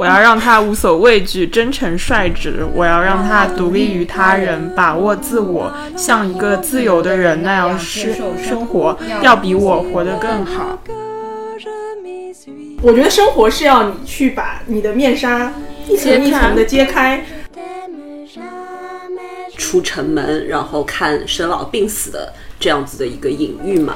我要让他无所畏惧，真诚率直，我要让他独立于他人，把握自我，像一个自由的人那样生活，要比我活得更好。 我觉得生活是要你去把你的面纱一层一层的揭开， 出城门，然后看生老病死的这样子的一个隐喻嘛。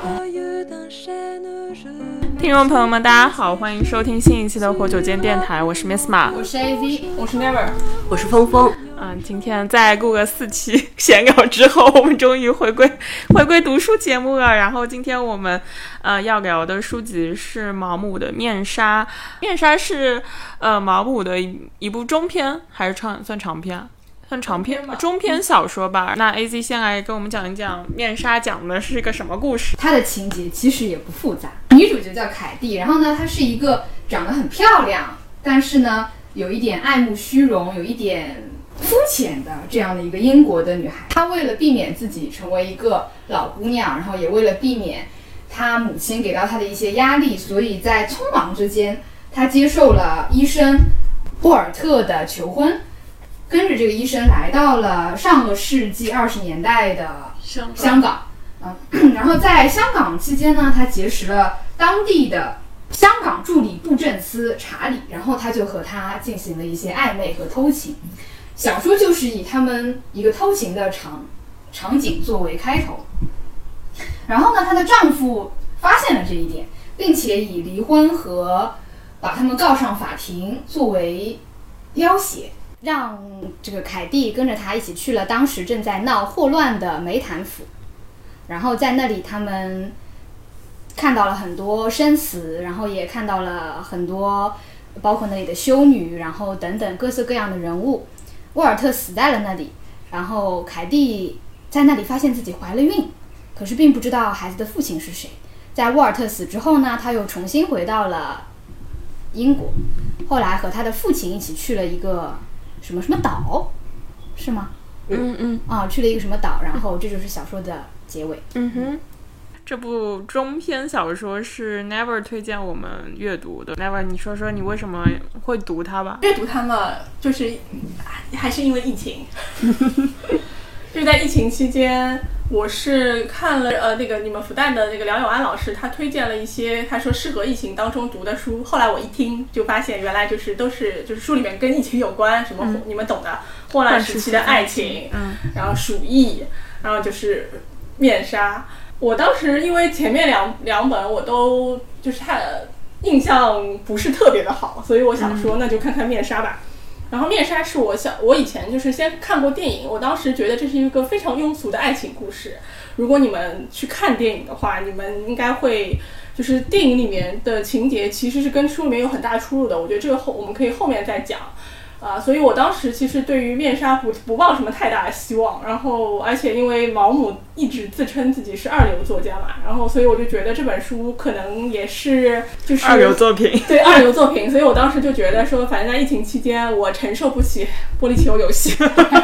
听众朋友们大家好，欢迎收听新一期的活久间电台，我是 Miss Ma， 我是 AZ， 我是 Never， 我是峰峰。 今天在录个4期闲聊之后，我们终于回归读书节目了。然后今天我们要聊的书籍是毛姆的《面纱》。《面纱》是毛姆的一部中篇，还是算长篇？算长篇中篇小说吧。那 AZ 先来跟我们讲一讲《面纱》讲的是一个什么故事。 它的情节其实也不复杂，女主角叫凯蒂，然后呢，她是一个长得很漂亮，但是呢有一点爱慕虚荣，有一点肤浅的这样的一个英国的女孩。她为了避免自己成为一个老姑娘，然后也为了避免她母亲给到她的一些压力，所以在匆忙之间，她接受了医生沃尔特的求婚，跟着这个医生来到了上个世纪20年代的香港。然后在香港期间呢，他结识了当地的香港助理布政司查理，然后他就和他进行了一些暧昧和偷情。小说就是以他们一个偷情的场景作为开头。然后呢，她的丈夫发现了这一点，并且以离婚和把他们告上法庭作为要挟，让这个凯蒂跟着他一起去了当时正在闹霍乱的梅坦府。然后在那里他们看到了很多生死，然后也看到了很多包括那里的修女，然后等等各色各样的人物。沃尔特死在了那里，然后凯蒂在那里发现自己怀了孕，可是并不知道孩子的父亲是谁。在沃尔特死之后呢，他又重新回到了英国，后来和他的父亲一起去了一个什么岛，是吗？去了一个什么岛，然后这就是小说的结尾。 这部中篇小说是 Never 推荐我们阅读的。Never， 你说说你为什么会读它吧？ 阅读它嘛，就是还是因为疫情。就是在疫情期间，我是看了那个你们复旦的那个梁永安老师，他推荐了一些他说适合疫情当中读的书。后来我一听就发现，原来都是书里面跟疫情有关，什么你们懂的，霍乱时期的爱情，然后鼠疫，然后就是面纱。我当时因为前面两本我都就是它印象不是特别的好，所以我想说那就看看面纱吧。然后面纱是我以前就是先看过电影，我当时觉得这是一个非常庸俗的爱情故事。如果你们去看电影的话，你们应该会就是电影里面的情节其实是跟书里面有很大出入的。我觉得这个我们可以后面再讲。所以我当时其实对于面纱不抱什么太大的希望，然后而且因为毛姆一直自称自己是2流作家嘛，然后所以我就觉得这本书可能也是就是 2流作品， 对2流作品，所以我当时就觉得说，反正在疫情期间我承受不起玻璃球游戏，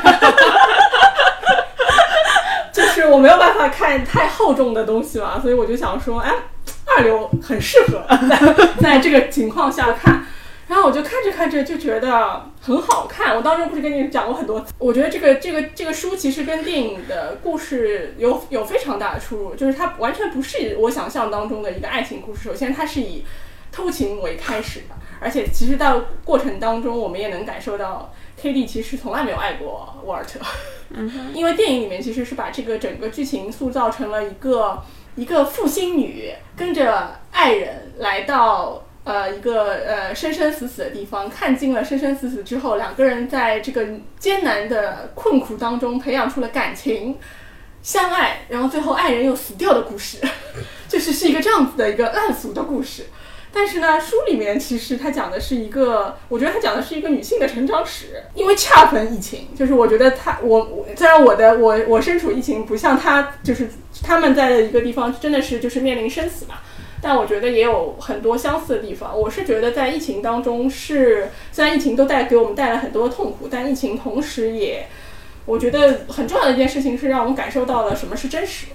就是我没有办法看太厚重的东西嘛，所以我就想说，2流很适合在这个情况下看。然后我就看着看着就觉得很好看。我当时不是跟你讲过很多次，我觉得这个书其实跟电影的故事有非常大的出入，就是它完全不是我想象当中的一个爱情故事。首先它是以偷情为开始的，而且其实到过程当中我们也能感受到 K.D 其实从来没有爱过沃尔特。因为电影里面其实是把这个整个剧情塑造成了一个负心女跟着爱人来到一个生生死死的地方，看尽了生生死死之后，两个人在这个艰难的困苦当中培养出了感情，相爱，然后最后爱人又死掉的故事，是一个这样子的一个烂俗的故事。但是呢，书里面其实它讲的是我觉得它讲的是一个女性的成长史。因为恰逢疫情，就是我觉得虽然我身处疫情，不像他们在的一个地方真的是就是面临生死嘛。但我觉得也有很多相似的地方。我是觉得在疫情当中虽然疫情都给我们带来很多痛苦，但疫情同时也我觉得很重要的一件事情是让我们感受到了什么是真实。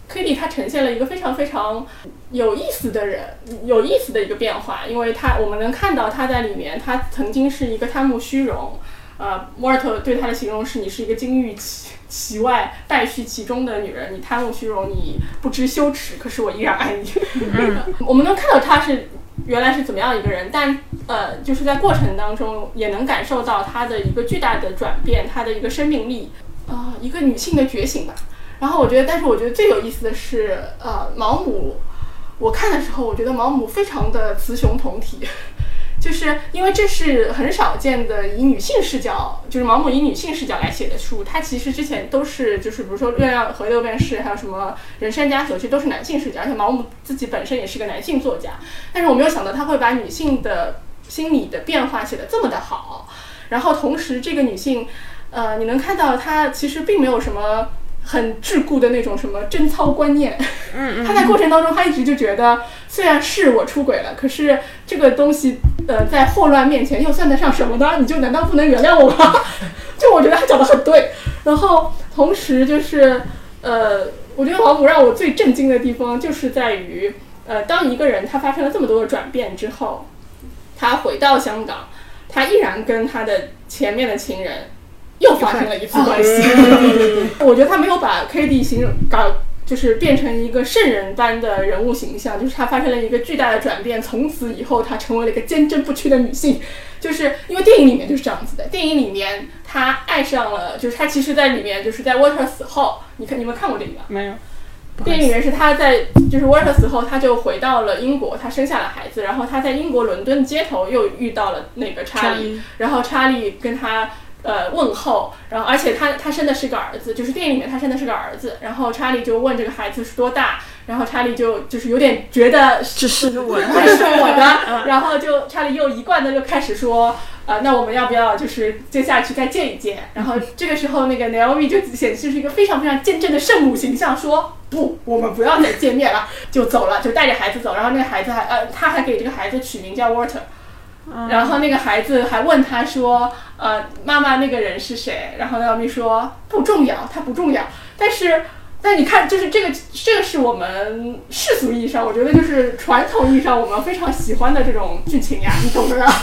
Kitty 她呈现了一个非常非常有意思的人，有意思的一个变化，因为我们能看到她在里面，她曾经是一个贪慕虚荣。Walter 对她的形容是你是一个金玉其外败絮其中的女人，你贪慕虚荣，你不知羞耻，可是我依然爱你。我们能看到她是原来是怎么样一个人，但就是在过程当中也能感受到她的一个巨大的转变，她的一个生命力，一个女性的觉醒吧。然后但是我觉得最有意思的是，毛姆，我看的时候我觉得毛姆非常的雌雄同体。就是因为这是很少见的以女性视角，就是毛姆以女性视角来写的书。他其实之前都是就是比如说《月亮和六便士》，还有什么《人生枷锁》，其实都是男性视角，而且毛姆自己本身也是个男性作家。但是我没有想到他会把女性的心理的变化写得这么的好。然后同时这个女性，你能看到她其实并没有什么很桎梏的那种什么贞操观念。他在过程当中他一直就觉得，虽然是我出轨了，可是这个东西在霍乱面前又算得上什么呢？你就难道不能原谅我吗？就我觉得他讲得很对。然后同时就是我觉得毛姆让我最震惊的地方就是在于当一个人他发生了这么多的转变之后，他回到香港，他依然跟他的前面的情人又发生了一次关系。我觉得他没有把 Kitty 就是变成一个圣人般的人物形象，就是他发生了一个巨大的转变，从此以后他成为了一个坚贞不屈的女性。就是因为电影里面就是这样子的，电影里面他爱上了，就是他其实在里面就是在 Walter 死后，你们看过这个吗？ 没有。 电影里面是他在就是 Walter 死后，他就回到了英国，他生下了孩子，然后他在英国伦敦街头又遇到了那个查理，然后查理跟他问候，然后而且他生的是个儿子，就是电影里面他生的是个儿子，然后查理就问这个孩子是多大，然后查理就是有点觉得这是我的， 这是我的，然后就查理又一贯的就开始说，那我们要不要就是接下去再见一见？然后这个时候那个 Naomi 就显示是一个非常非常坚贞的圣母形象，说不，我们不要再见面了，就走了，就带着孩子走，然后那个孩子他还给这个孩子取名叫 Walter。然后那个孩子还问他说妈妈那个人是谁？然后Naomi说不重要，他不重要。但你看，就是这个是我们世俗意义上，我觉得就是传统意义上我们非常喜欢的这种剧情呀，你懂的呀。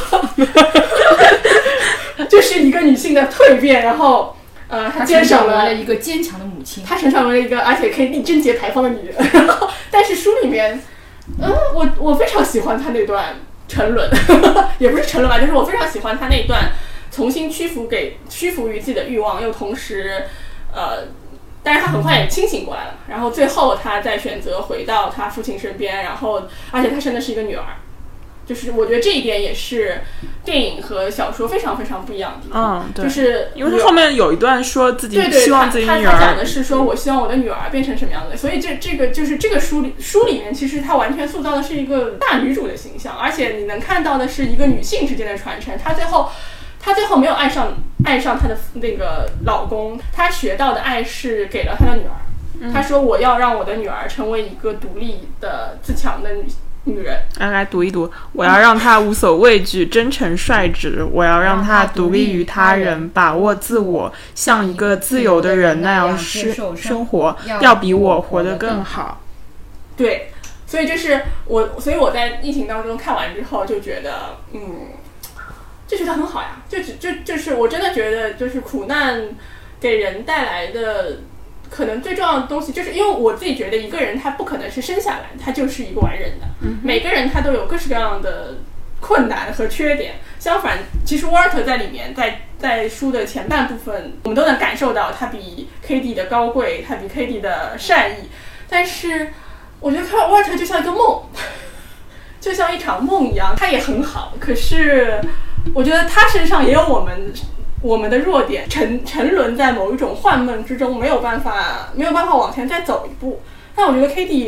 就是一个女性的蜕变，然后她坚守了一个坚强的母亲， 她成为了一个而且可以力贞节牌坊的女人。但是书里面，我非常喜欢她那段沉沦，也不是沉沦吧，就是我非常喜欢她那段重新屈服于自己的欲望，又同时但是他很快也清醒过来了，然后最后他再选择回到他父亲身边，然后而且他生的是一个女儿，就是我觉得这一点也是电影和小说非常非常不一样的地方。 对， 就是因为他后面有一段说自己希望自己女儿， 他讲的是说我希望我的女儿变成什么样的，所以这个就是这个书里面其实他完全塑造的是一个大女主的形象，而且你能看到的是一个女性之间的传承。她最后没有爱上她的那个老公，她学到的爱是给了她的女儿。她说我要让我的女儿成为一个独立的自强的女人。 来读一读，我要让她无所畏惧，真诚率直，我要让她独立于他人，把握自我，像一个自由的人那样生活，要比我活得更好。 对，所以我在疫情当中看完之后就觉得就觉得很好呀，就是我真的觉得，就是苦难给人带来的可能最重要的东西，就是因为我自己觉得一个人他不可能是生下来他就是一个完人的，每个人他都有各式各样的困难和缺点。相反，其实 Walter 在里面，在书的前半部分，我们都能感受到他比 Kitty 的高贵，他比 Kitty 的善意。但是我觉得看 Walter 就像一个梦，就像一场梦一样，他也很好，可是我觉得他身上也有我们的弱点，沉沦在某一种幻梦之中，没有办法往前再走一步。但我觉得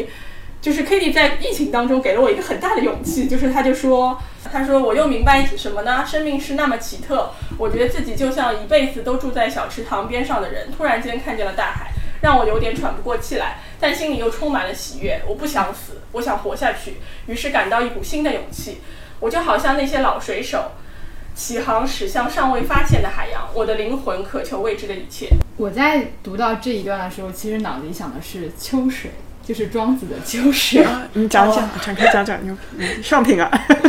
Kitty 在疫情当中给了我一个很大的勇气，就是他说我又明白什么呢？生命是那么奇特，我觉得自己就像一辈子都住在小池塘边上的人，突然间看见了大海，让我有点喘不过气来，但心里又充满了喜悦。我不想死，我想活下去，于是感到一股新的勇气。我就好像那些老水手， 启航驶向尚未发现的海洋，我的灵魂渴求未知的一切。 我在读到这一段的时候，其实脑子里想的是秋水，就是庄子的秋水。 你讲讲，展开讲讲，上品啊！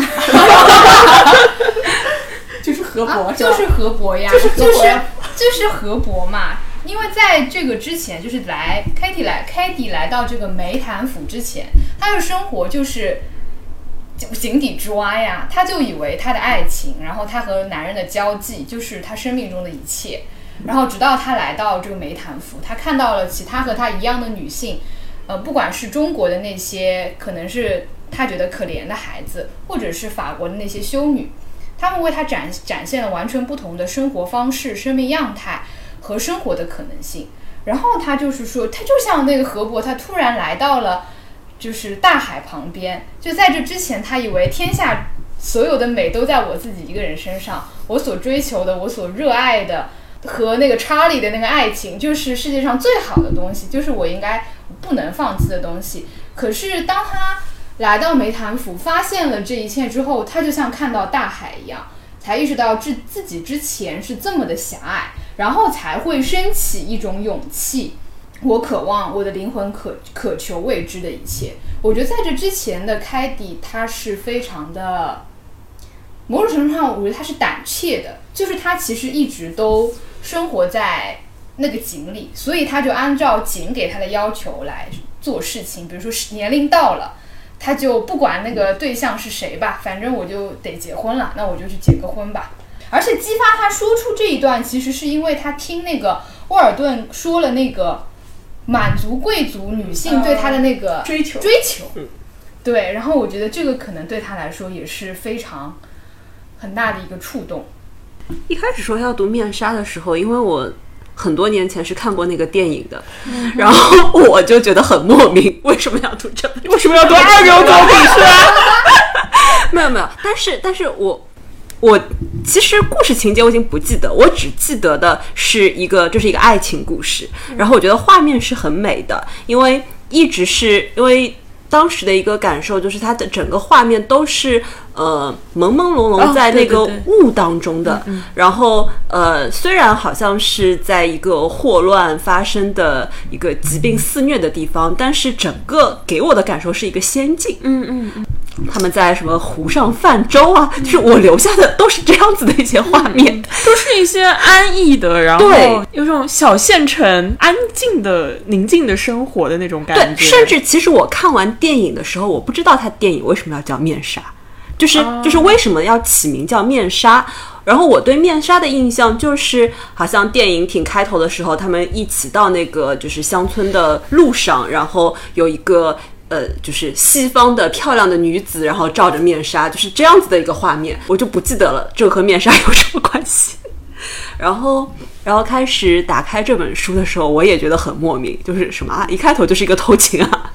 就是河伯， 就是河伯呀，就是河伯嘛。因为在这个之前，就是凯蒂来到这个梅潭府之前，他的生活就是井底之蛙呀。他就以为他的爱情，然后他和男人的交际就是他生命中的一切。然后直到他来到这个梅潭府，他看到了其他和他一样的女性，不管是中国的那些可能是他觉得可怜的孩子，或者是法国的那些修女，他们为他展现了完全不同的生活方式、生命样态和生活的可能性。然后他就是说，他就像那个河伯，他突然来到了就是大海旁边。就在这之前，他以为天下所有的美都在我自己一个人身上，我所追求的，我所热爱的，和那个查理的那个爱情，就是世界上最好的东西，就是我应该不能放弃的东西。可是当他来到梅潭府，发现了这一切之后，他就像看到大海一样，才意识到自己之前是这么的狭隘，然后才会升起一种勇气。我渴望我的灵魂渴求未知的一切。我觉得在这之前的凯蒂，他是非常的，某种程度上，我觉得他是胆怯的，就是他其实一直都生活在那个井里，所以他就按照井给他的要求来做事情。比如说年龄到了，他就不管那个对象是谁吧，反正我就得结婚了，那我就去结个婚吧。而且激发他说出这一段，其实是因为他听那个沃尔顿说了那个满族贵族女性对他的那个追求。对，然后我觉得这个可能对他来说也是非常很大的一个触动。 一开始说要读面纱的时候，因为我很多年前是看过那个电影的，然后我就觉得很莫名，为什么要读这本？ 为什么要读二流作品是吧？ 没有，但是我其实故事情节我已经不记得，我只记得的是这是一个爱情故事，然后我觉得画面是很美的，因为当时的一个感受就是它的整个画面都是朦朦胧胧在那个雾当中的，然后虽然好像是在一个霍乱发生的一个疾病肆虐的地方，但是整个给我的感受是一个仙境。他们在什么湖上泛舟啊，就是我留下的都是这样子的一些画面， 都是一些安逸的，然后有种小县城安静的宁静的生活的那种感觉。 对，甚至其实我看完电影的时候，我不知道他电影为什么要叫面纱，就是为什么要起名叫面纱。然后我对面纱的印象就是好像电影挺开头的时候，他们一起到那个就是乡村的路上，然后有一个就是西方的漂亮的女子，然后罩着面纱，就是这样子的一个画面，我就不记得了这和面纱有什么关系。然后开始打开这本书的时候，我也觉得很莫名，就是什么啊，一开头就是一个偷情啊。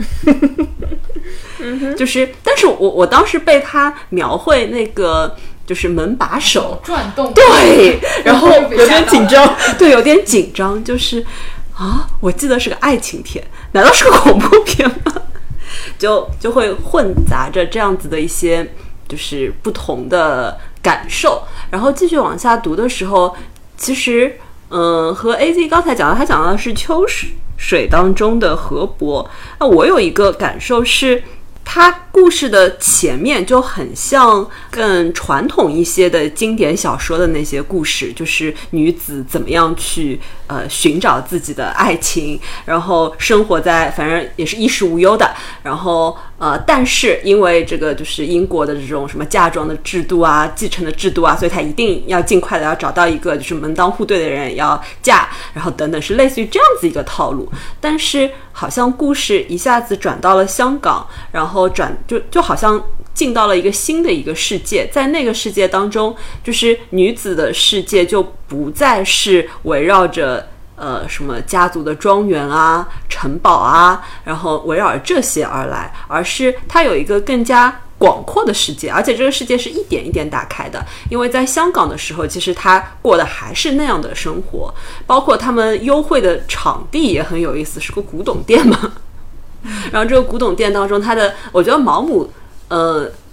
就是，但是我当时被他描绘那个就是门把手转动， 对，然后有点紧张， 对，有点紧张，就是啊，我记得是个爱情片，难道是个恐怖片吗？就会混杂着这样子的一些就是不同的感受。然后继续往下读的时候，其实和 AZ 刚才讲的，他讲的是秋水当中的河伯。那我有一个感受是，他故事的前面就很像更传统一些的经典小说的那些故事，就是女子怎么样去寻找自己的爱情，然后生活在反正也是衣食无忧的，然后但是因为这个就是英国的这种什么嫁妆的制度啊、继承的制度啊，所以她一定要尽快的要找到一个就是门当户对的人要嫁，然后等等，是类似于这样子一个套路。但是好像故事一下子转到了香港，然后就好像进到了一个新的一个世界，在那个世界当中，就是女子的世界就不再是围绕着什么家族的庄园啊、城堡啊，然后围绕着这些而来，而是它有一个更加广阔的世界，而且这个世界是一点一点打开的。因为在香港的时候，其实他过的还是那样的生活，包括他们幽会的场地也很有意思，是个古董店嘛。然后这个古董店当中，我觉得毛姆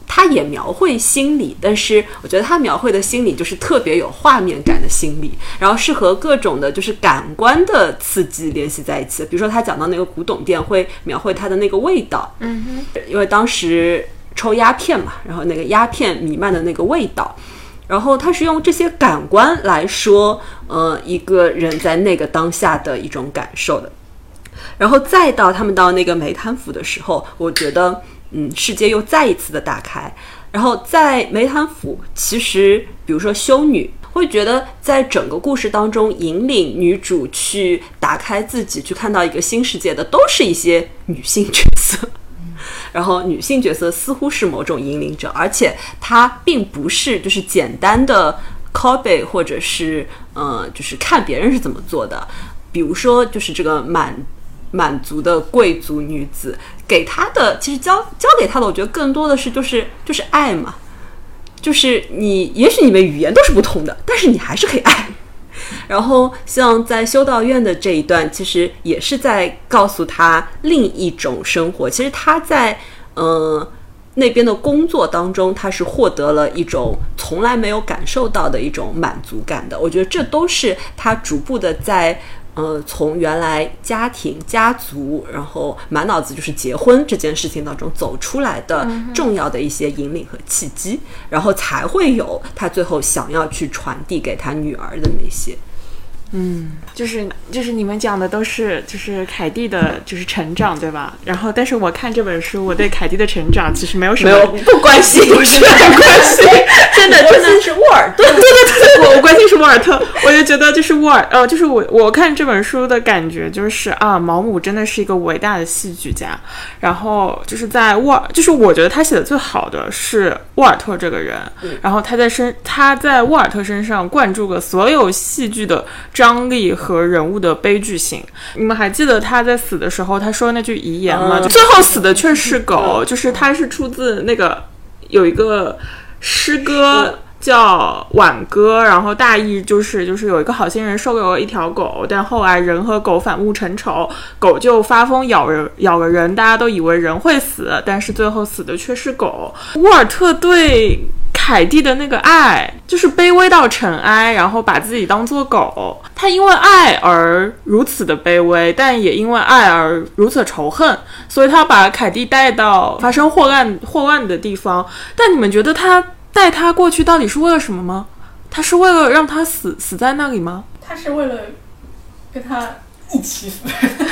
他也描绘心理，但是我觉得他描绘的心理就是特别有画面感的心理，然后是和各种的就是感官的刺激联系在一起的。比如说他讲到那个古董店，会描绘它的那个味道，因为当时抽鸦片嘛，然后那个鸦片弥漫的那个味道，然后他是用这些感官来说一个人在那个当下的一种感受的。然后再到他们到那个梅滩府的时候，我觉得世界又再一次的打开。然后在梅滩府，其实比如说修女会觉得在整个故事当中引领女主去打开自己，去看到一个新世界的都是一些女性角色，然后女性角色似乎是某种引领者，而且她并不是就是简单的 copy 或者是就是看别人是怎么做的。比如说就是这个满族的贵族女子给她的，其实教给她的，我觉得更多的是就是爱嘛，就是你也许你们语言都是不同的，但是你还是可以爱。然后像在修道院的这一段，其实也是在告诉她另一种生活。其实她在那边的工作当中，她是获得了一种从来没有感受到的一种满足感的。我觉得这都是她逐步的在从原来家庭家族，然后满脑子就是结婚这件事情当中走出来的重要的一些引领和契机，然后才会有他最后想要去传递给他女儿的那些。 就是你们讲的都是就是凯蒂的就是成长，对吧？然后但是我看这本书，我对凯蒂的成长其实没有什么不关心， 不是很关心，真的是沃尔顿。 对，我关心是沃尔特，我就觉得就是就是我看这本书的感觉就是毛姆真的是一个伟大的戏剧家。然后就是就是我觉得他写的最好的是沃尔特这个人，然后他在沃尔特身上灌注了所有戏剧的张力和人物的悲剧性。你们还记得他在死的时候他说那句遗言吗？最后死的却是狗，就是他是出自那个有一个诗歌叫挽歌，然后大意就是有一个好心人收留了一条狗，但后来人和狗反目成仇，狗就发疯咬了人，大家都以为人会死，但是最后死的却是狗。沃尔特对凯蒂的那个爱就是卑微到尘埃，然后把自己当作狗。他因为爱而如此的卑微，但也因为爱而如此仇恨，所以他把凯蒂带到发生祸乱的地方。但你们觉得他带他过去到底是为了什么吗？他是为了让他死在那里吗？ 他是为了跟他一起死。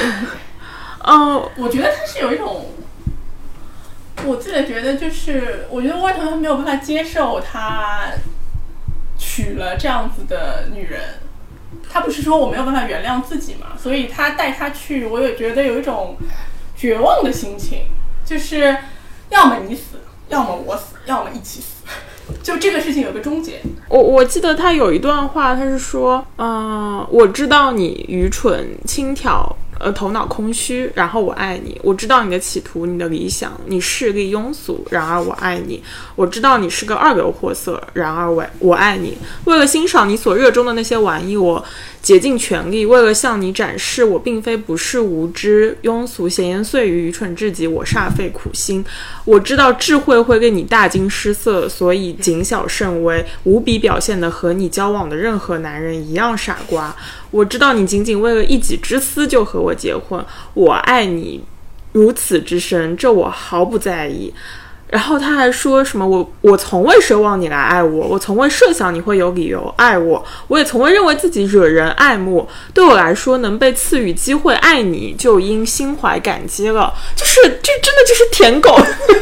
我觉得他是有一种，我自己觉得就是我觉得沃尔特他没有办法接受他娶了这样子的女人，他不是说我没有办法原谅自己嘛，所以他带他去，我也觉得有一种绝望的心情，就是要么你死，要么我死，要么一起死，就这个事情有个终结。 我记得他有一段话，他是说我知道你愚蠢轻佻，头脑空虚，然后我爱你。我知道你的企图，你的理想，你势利庸俗，然而我爱你。我知道你是个二流货色，然而我爱你。为了欣赏你所热衷的那些玩意，我竭尽全力；为了向你展示我并非不是无知、庸俗、闲言碎语、愚蠢至极，我煞费苦心。我知道智慧会令你大惊失色，所以谨小慎微，无比表现的和你交往的任何男人一样傻瓜。我知道你仅仅为了一己之私就和我结婚，我爱你如此之深，这我毫不在意。然后他还说什么我从未奢望你来爱我，我从未设想你会有理由爱我，我也从未认为自己惹人爱慕。对我来说，能被赐予机会爱你，就应心怀感激了。就是这真的就是舔狗。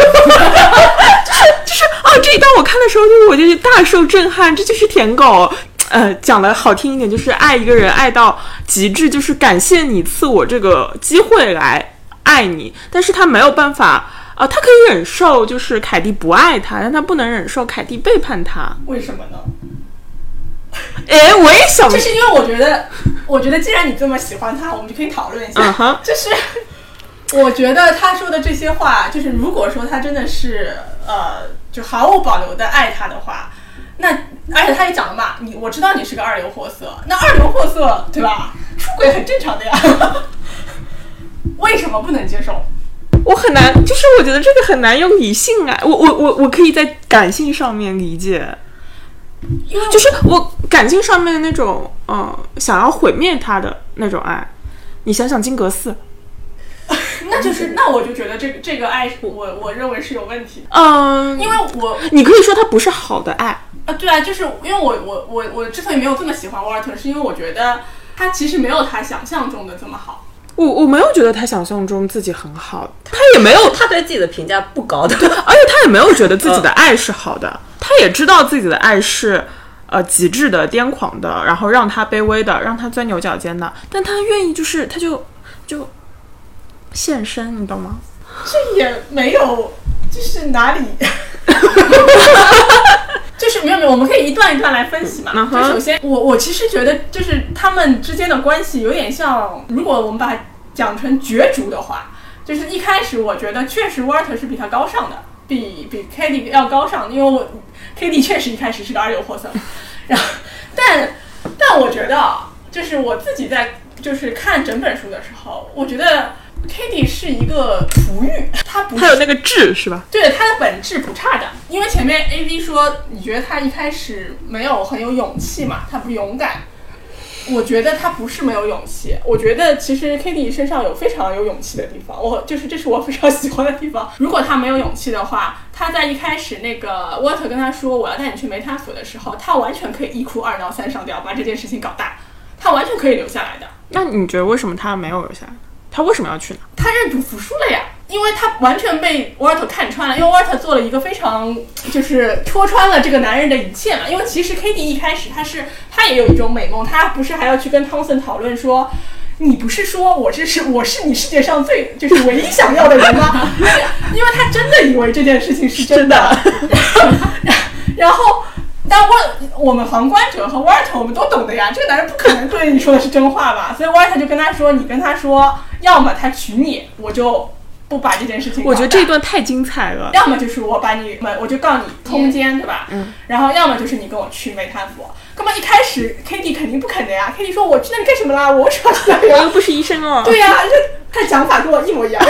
就是这一段我看的时候，我就大受震撼，这就是舔狗。讲的好听一点，就是爱一个人爱到极致，就是感谢你赐我这个机会来爱你。但是他没有办法他可以忍受就是凯蒂不爱他，但他不能忍受凯蒂背叛他。 为什么呢？ 我也想， 就是因为我觉得既然你这么喜欢他，我们就可以讨论一下。就是我觉得他说的这些话，就是如果说他真的是就毫无保留的爱他的话，那而且他也讲了嘛，我知道你是个二流货色，那二流货色对吧？出轨很正常的呀。为什么不能接受？ 我很难，就是我觉得这个很难用理性啊，我可以在感性上面理解，就是我感性上面那种想要毁灭他的那种爱。你想想金阁寺， 那我就觉得这个爱我认为是有问题的。因为你可以说它不是好的爱对啊，就是因为我之所以没有这么喜欢沃尔特，是因为我觉得他其实没有他想象中的这么好。 我没有觉得他想象中自己很好，他也没有， 他对自己的评价不高的， 而且他也没有觉得自己的爱是好的，他也知道自己的爱是极致的、癫狂的，然后让他卑微的，让他钻牛角尖的，但他愿意就是他就献身，你懂吗？ 这也没有，就是哪里就是没有，我们可以一段一段来分析嘛。就首先，我其实觉得，就是他们之间的关系有点像，如果我们把它讲成角逐的话，就是一开始我觉得确实沃尔特是比他高尚的，比 Katie 要高尚，因为Katie 确实一开始是个二流货色，然后但我觉得，就是我自己在就是看整本书的时候，我觉得 Katie 是一个璞玉，他有那个质是吧？ 对，他的本质不差的。因为前面 AV 说你觉得他一开始没有很有勇气嘛，他不勇敢。我觉得他不是没有勇气，我觉得其实 Katie 身上有非常有勇气的地方，这是我非常喜欢的地方。如果他没有勇气的话，他在一开始那个沃特跟他说我要带你去梅塔索的时候，他完全可以一哭二闹三上吊把这件事情搞大，他完全可以留下来的。 那你觉得为什么他没有留下来？他为什么要去呢？他认主服输了呀，因为他完全被沃尔特看穿了，因为沃尔特做了一个非常就是戳穿了这个男人的一切嘛。因为其实 Katie 一开始他也有一种美梦，他不是还要去跟汤森讨论说，你不是说我是你世界上最就是唯一想要的人吗？因为他真的以为这件事情是真的，然后。但我们旁观者和沃尔特我们都懂的呀，这个男人不可能对你说的是真话吧？所以沃尔特就跟他说，你跟他说，要么他娶你，我就不把这件事情搞大。 我觉得这一段太精彩了。 要么就是我就告你通奸，对吧？然后要么就是你跟我去梅塔索。那么一开始 Katie 肯定不肯的呀 ，Katie 说我去那里干什么啦？我为什么要去那里？ 我又不是医生哦。 对呀，他讲法跟我一模一样。我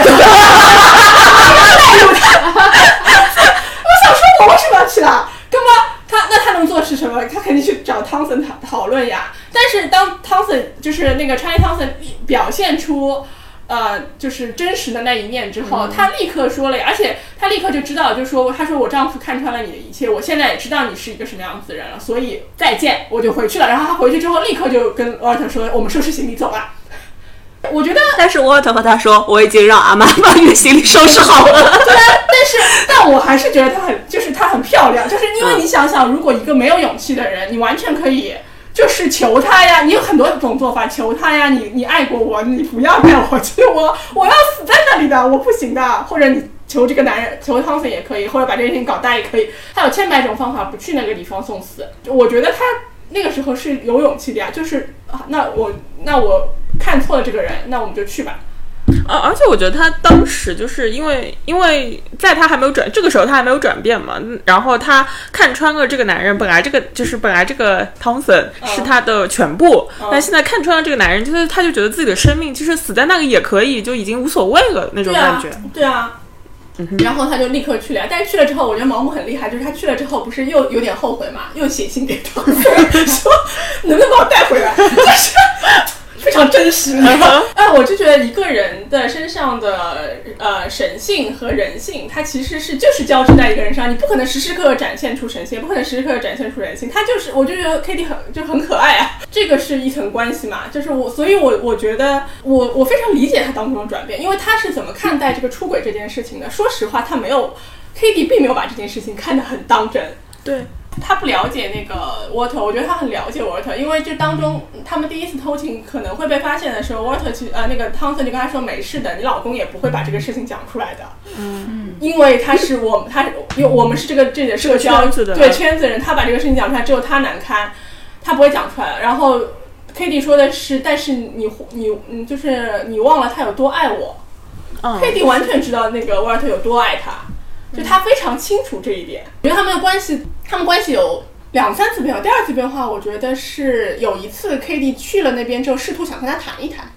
想说，我为什么要去啦？根本。他能做是什么？他肯定去找汤森讨论呀。但是当汤森就是那个 Charlie 汤森表现出就是真实的那一面之后，他立刻说了，而且他立刻就知道，就说他说我丈夫看穿了你的一切，我现在也知道你是一个什么样子的人了，所以再见，我就回去了。然后他回去之后，立刻就跟沃尔特说，我们收拾行李走了。我觉得， 但是沃尔特和他说，我已经让阿妈把你的行李收拾好了。 对啊，但我还是觉得她很漂亮，就是因为你想想，如果一个没有勇气的人，你完全可以就是求他呀，你有很多种做法，求他呀，你爱过我，你不要带我去，我要死在那里的，我不行的，或者你求这个男人，求汤森也可以，或者把这件事情搞大也可以，他有千百种方法不去那个地方送死。我觉得他那个时候是有勇气的呀，就是那我看错了这个人，那我们就去吧。 而且我觉得他当时就是因为在他还没有这个时候他还没有转变嘛，然后他看穿了这个男人，本来这个汤森是他的全部，但现在看穿了这个男人，就是他就觉得自己的生命就是死在那个也可以，就已经无所谓了那种感觉。 对啊。然后他就立刻去了，但是去了之后，我觉得毛姆很厉害，就是他去了之后不是又有点后悔嘛，又写信给汤森说能不能把我带回来，就是非常真实。我就觉得一个人的身上的神性和人性，它其实就是交织在一个人上，你不可能时时刻刻展现出神性，不可能时时刻刻展现出人性，它就是我就觉得 Katie 很可爱啊，这个是一层关系嘛，就是所以我觉得我非常理解他当中的转变，因为他是怎么看待这个出轨这件事情的。说实话，Katie 并没有把这件事情看得很当真。 对。 他不了解那个沃特，我觉得他很了解沃特，因为这当中他们第一次偷情可能会被发现的时候，沃特那个汤森就跟他说没事的，你老公也不会把这个事情讲出来的。因为我们是这个社交对圈子人，他把这个事情讲出来，只有他难堪，他不会讲出来。然后 Katie 说的是，但是你就是你忘了他有多爱我。Katie 完全知道那个沃特有多爱他。就他非常清楚这一点，我觉得他们关系有2-3次变化。第二次变化，我觉得是有一次 Katie 去了那边之后，试图想跟他谈一谈，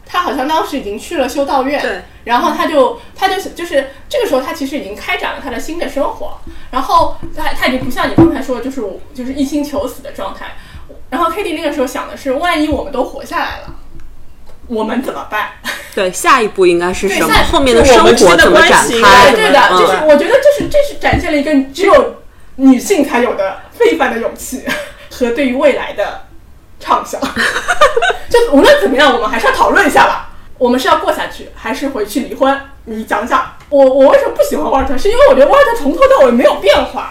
他好像当时已经去了修道院， 对， 然后他就是这个时候他其实已经开展了他的新的生活，然后他已经不像你刚才说的就是一心求死的状态。然后 Kitty 那个时候想的是，万一我们都活下来了，我们怎么办？ 对，下一步应该是什么？后面的生活怎么展开？ 对的，就是我觉得这是展现了一个只有女性才有的非凡的勇气和对于未来的畅想。就无论怎么样，我们还是要讨论一下吧。我们是要过下去，还是回去离婚？你讲讲。我为什么不喜欢沃尔特？是因为我觉得沃尔特从头到尾没有变化。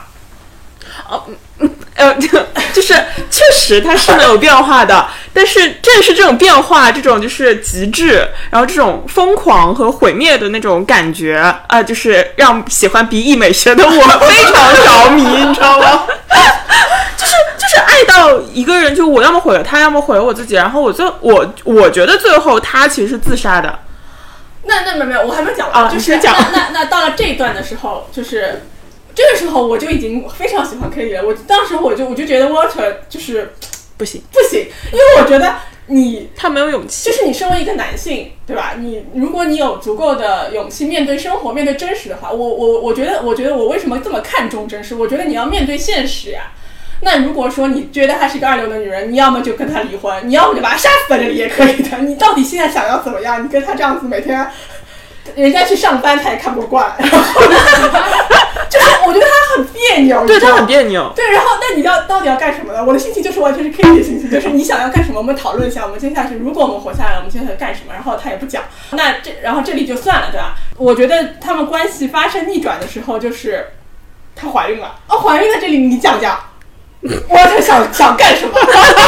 就是确实它是没有变化的，但是正是这种变化，这种就是极致，然后这种疯狂和毁灭的那种感觉就是让喜欢鼻翼美学的我非常着迷，你知道吗？就是爱到一个人，就我要么毁了他，要么毁了我自己，然后我觉得最后他其实是自杀的。 那没有，我还没讲完，就是那到了这一段的时候，就是这个时候我就已经非常喜欢 Kitty 了。我当时我就觉得 Walter 就是不行， 因为我觉得他没有勇气， 就是你身为一个男性，对吧？如果你有足够的勇气面对生活，面对真实的话，我觉得我为什么这么看重真实？我觉得你要面对现实呀。那如果说你觉得她是一个二流的女人，你要么就跟她离婚，你要么就把她杀死在这里也可以的。你到底现在想要怎么样？你跟她这样子每天，人家去上班她也看不惯，就是我觉得她很别扭， 对，她很别扭。对， 然后那你到底要干什么呢？我的心情就是完全是 Kitty 的心情，就是你想要干什么，我们讨论一下，我们接下去如果我们活下来了，我们接下来干什么？然后她也不讲，然后这里就算了，对吧？我觉得他们关系发生逆转的时候，就是她怀孕了。怀孕在这里你讲讲。我在想干什么？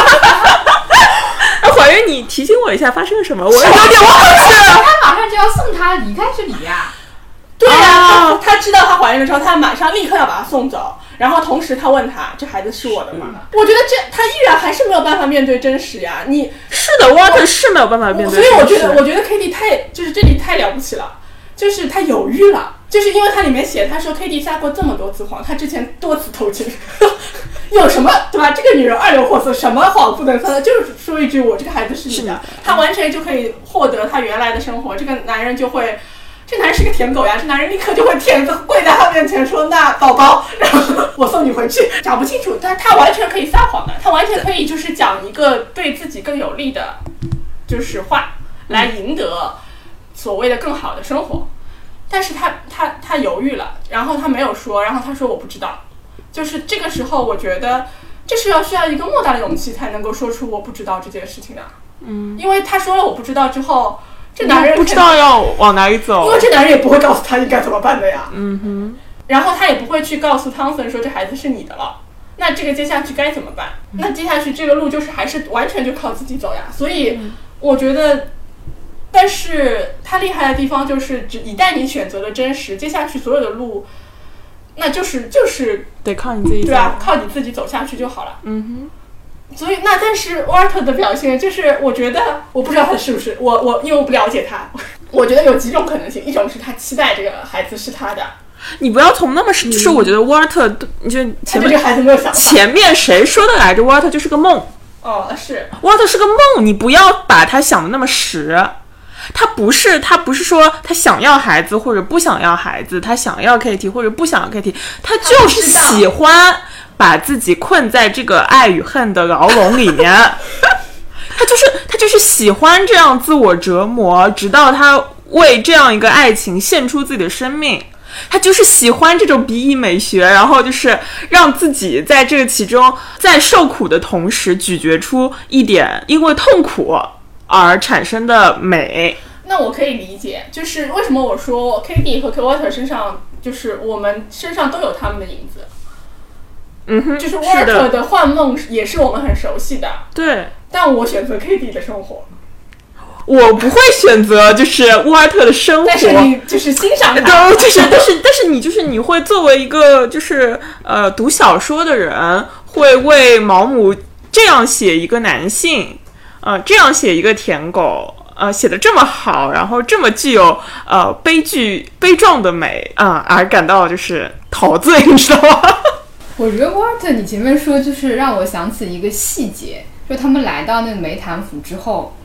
怀孕，你提醒我一下发生了什么？我有点忘记了。 他马上就要送她离开这里呀。 对呀，他知道她怀孕的时候，他马上立刻要把她送走。然后同时他问她：“这孩子是我的吗？”我觉得他依然还是没有办法面对真实呀。 是的 ，Walter 是没有办法面对真实。 所以我觉得 Kitty 就是这里太了不起了，就是他犹豫了。就是因为他里面写，他说 Kitty 撒过这么多次谎，他之前多次偷情，有什么对吧？这个女人二流货色，什么谎不能撒？就是说一句我这个孩子是你的，他完全就可以获得他原来的生活。这个男人就会，这男人是个舔狗呀，这男人立刻就会舔着跪在他面前说：“那宝宝，然后我送你回去。”讲不清楚，但他完全可以撒谎的，他完全可以就是讲一个对自己更有利的，就是话来赢得所谓的更好的生活。但是他犹豫了，然后他没有说，然后他说我不知道。就是这个时候，我觉得这是需要一个莫大的勇气才能够说出我不知道这件事情的。因为他说了我不知道之后，这男人不知道要往哪里走， 因为这男人也不会告诉他应该怎么办的呀。然后他也不会去告诉汤森说这孩子是你的了。那这个接下去该怎么办？那接下去这个路就是还是完全就靠自己走呀。所以我觉得。但是他厉害的地方就是，一旦你选择了真实，接下去所有的路，那就是得靠你自己走， 对啊，靠你自己走下去就好了。所以但是 Walter 的表现就是，我觉得我不知道他是不是我因为我不了解他，我觉得有几种可能性，一种是他期待这个孩子是他的。 你不要从那么就是我觉得 Walter 就前面这个孩子没有想， 前面谁说的来着 ？Walter 就是个梦。 是 Walter 是个梦，你不要把他想的那么实。他不是说他想要孩子或者不想要孩子，他想要 Kitty 或者不想要 Kitty， 他就是喜欢把自己困在这个爱与恨的牢笼里面。他就是喜欢这样自我折磨，直到他为这样一个爱情献出自己的生命。他就是喜欢这种鼻翼美学，然后就是让自己在这个其中，在受苦的同时咀嚼出一点因为痛苦而产生的美。 那我可以理解，就是为什么我说 Kitty 和 Walter 身上，就是我们身上都有他们的影子。就是 Walter 的幻梦也是我们很熟悉的。对。但我选择 Kitty 的生活。 我不会选择就是Walter的生活， 但是你就是欣赏他， 但是你会作为一个就是读小说的人，会为毛姆这样写一个男性。这样写一个舔狗，写得这么好，然后这么具有悲壮的美而感到就是陶醉，你知道吗？ 我觉得 Walter 你前面说就是让我想起一个细节，就他们来到那个梅坦府之后，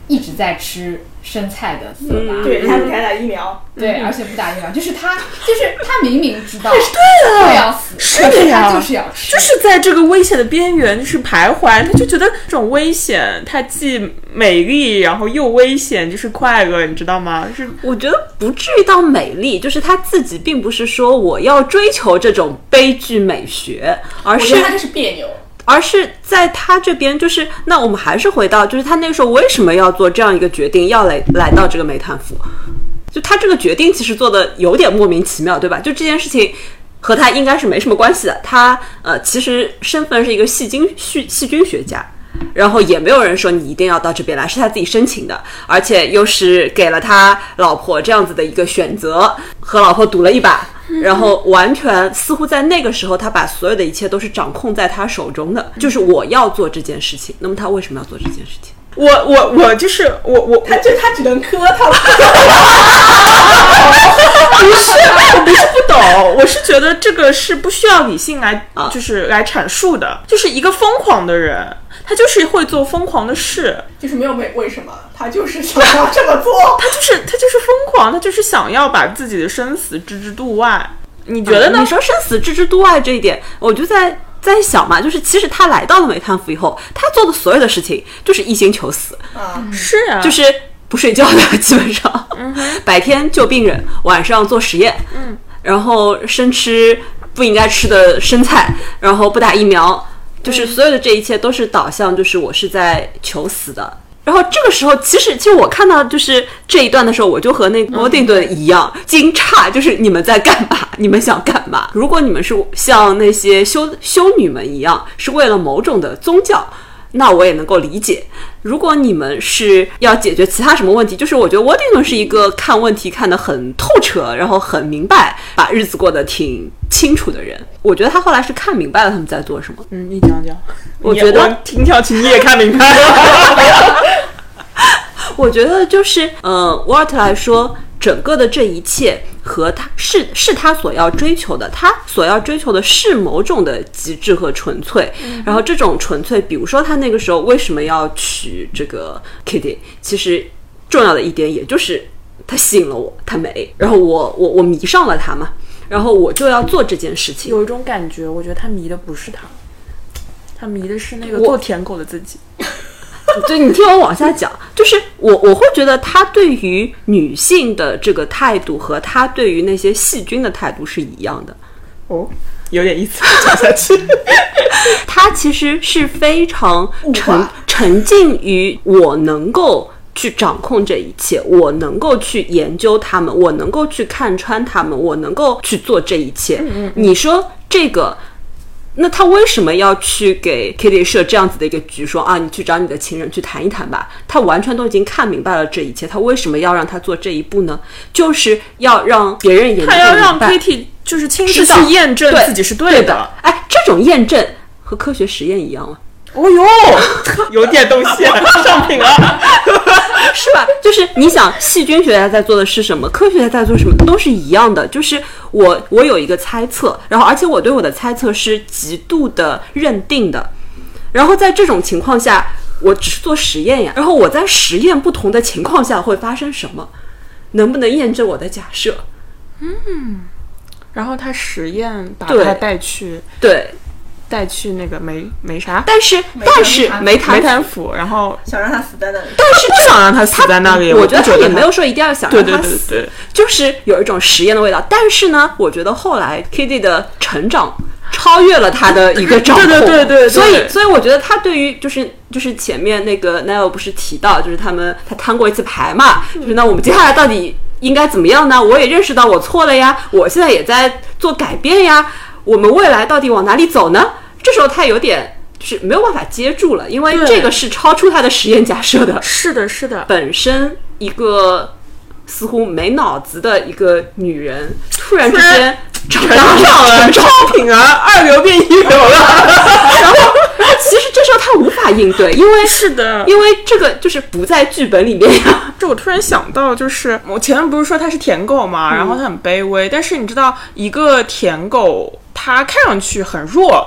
一直在吃生菜的色拉， 对，他不给他打疫苗， 对，而且不打疫苗，就是他明明知道对的会要死， 是的呀， 他就是要吃， 就是在这个危险的边缘就是徘徊，他就觉得这种危险，它既美丽，然后又危险，就是快乐，你知道吗？是我觉得不至于到美丽，就是他自己并不是说我要追求这种悲剧美学，而是我觉得他就是别扭。 而是在他这边，就是那我们还是回到，就是他那个时候为什么要做这样一个决定，要来到这个煤炭府？就他这个决定其实做的有点莫名其妙，对吧？就这件事情和他应该是没什么关系的。他其实身份是一个细菌学家，然后也没有人说你一定要到这边来，是他自己申请的，而且又是给了他老婆这样子的一个选择，和老婆赌了一把。然后完全似乎在那个时候他把所有的一切都是掌控在他手中的，就是我要做这件事情。那么他为什么要做这件事情？ 我就是我他只能磕他。 我不是不懂，我是觉得这个是不需要理性来就是来阐述的，就是一个疯狂的人，他就是会做疯狂的事， 就是没有为什么，他就是想要这么做， 他就是疯狂，他就是想要把自己的生死置之度外。你觉得呢？ 你说生死置之度外这一点，我就在想嘛，就是其实他来到了煤炭府以后，他做的所有的事情就是一心求死是啊， 就是不睡觉的，基本上，白天救病人，晚上做实验，然后生吃不应该吃的生菜，然后不打疫苗，就是所有的这一切都是导向，就是我是在求死的。然后这个时候，其实我看到就是这一段的时候，我就和那个摩丁顿一样惊诧，就是你们在干嘛？你们想干嘛？如果你们是像那些修女们一样，是为了某种的宗教，那我也能够理解。如果你们是要解决其他什么问题，就是我觉得沃丁顿是一个看问题看得很透彻，然后很明白，把日子过得挺清楚的人。我觉得他后来是看明白了他们在做什么。 你讲讲。 我觉得听跳起你也看明白了。 我觉得就是Walt 来说，整个的这一切和他是他所要追求的，他所要追求的是某种的极致和纯粹。然后这种纯粹，比如说他那个时候为什么要娶这个 Kitty， 其实重要的一点也就是他吸引了我，他美，然后我迷上了他嘛，然后我就要做这件事情。 有一种感觉，我觉得他迷的不是他迷的是那个做舔狗的自己。 就你听我往下讲，就是我会觉得他对于女性的这个态度和他对于那些细菌的态度是一样的。 哦，有点意思，讲下去。 他其实是非常沉浸于我能够去掌控这一切，我能够去研究他们，我能够去看穿他们，我能够去做这一切。你说这个，那他为什么要去给 Kitty 设这样子的一个局，说啊，你去找你的情人去谈一谈吧？他完全都已经看明白了这一切，他为什么要让他做这一步呢？就是要让别人研究明白， 他要让 Kitty 就是亲自去验证自己是对的。 哎，这种验证和科学实验一样吗？ 哦哟，有点东西上品了。 是吧？就是你想，细菌学家在做的是什么，科学家在做什么，都是一样的。就是我有一个猜测，然后而且我对我的猜测是极度的认定的。然后在这种情况下，我只是做实验呀。然后我在实验不同的情况下会发生什么，能不能验证我的假设？ 然后他实验把他带去， 对。 带去那个煤啥？ 但是煤炭府，然后想让他死在那里， 但是不想让他死在那里。 我觉得他也没有说一定要想让他死， 对， 就是有一种实验的味道。但是呢，我觉得后来 Kitty 的成长超越了他的一个掌控， 对， 所以我觉得他对于就是前面那个 Neil 不是提到，就是他摊过一次牌嘛，就是那我们接下来到底应该怎么样呢？我也认识到我错了呀，我现在也在做改变呀。我们未来到底往哪里走呢？这时候他有点就是没有办法接住了，因为这个是超出他的实验假设的。 是的， 本身一个似乎没脑子的一个女人，突然之间成长了， 超品啊，二流变一流了。 然后其实这时候他无法应对，因为是的， 因为这个就是不在剧本里面呀。 这我突然想到，就是我前面不是说他是舔狗嘛，然后他很卑微，但是你知道，一个舔狗他看上去很弱。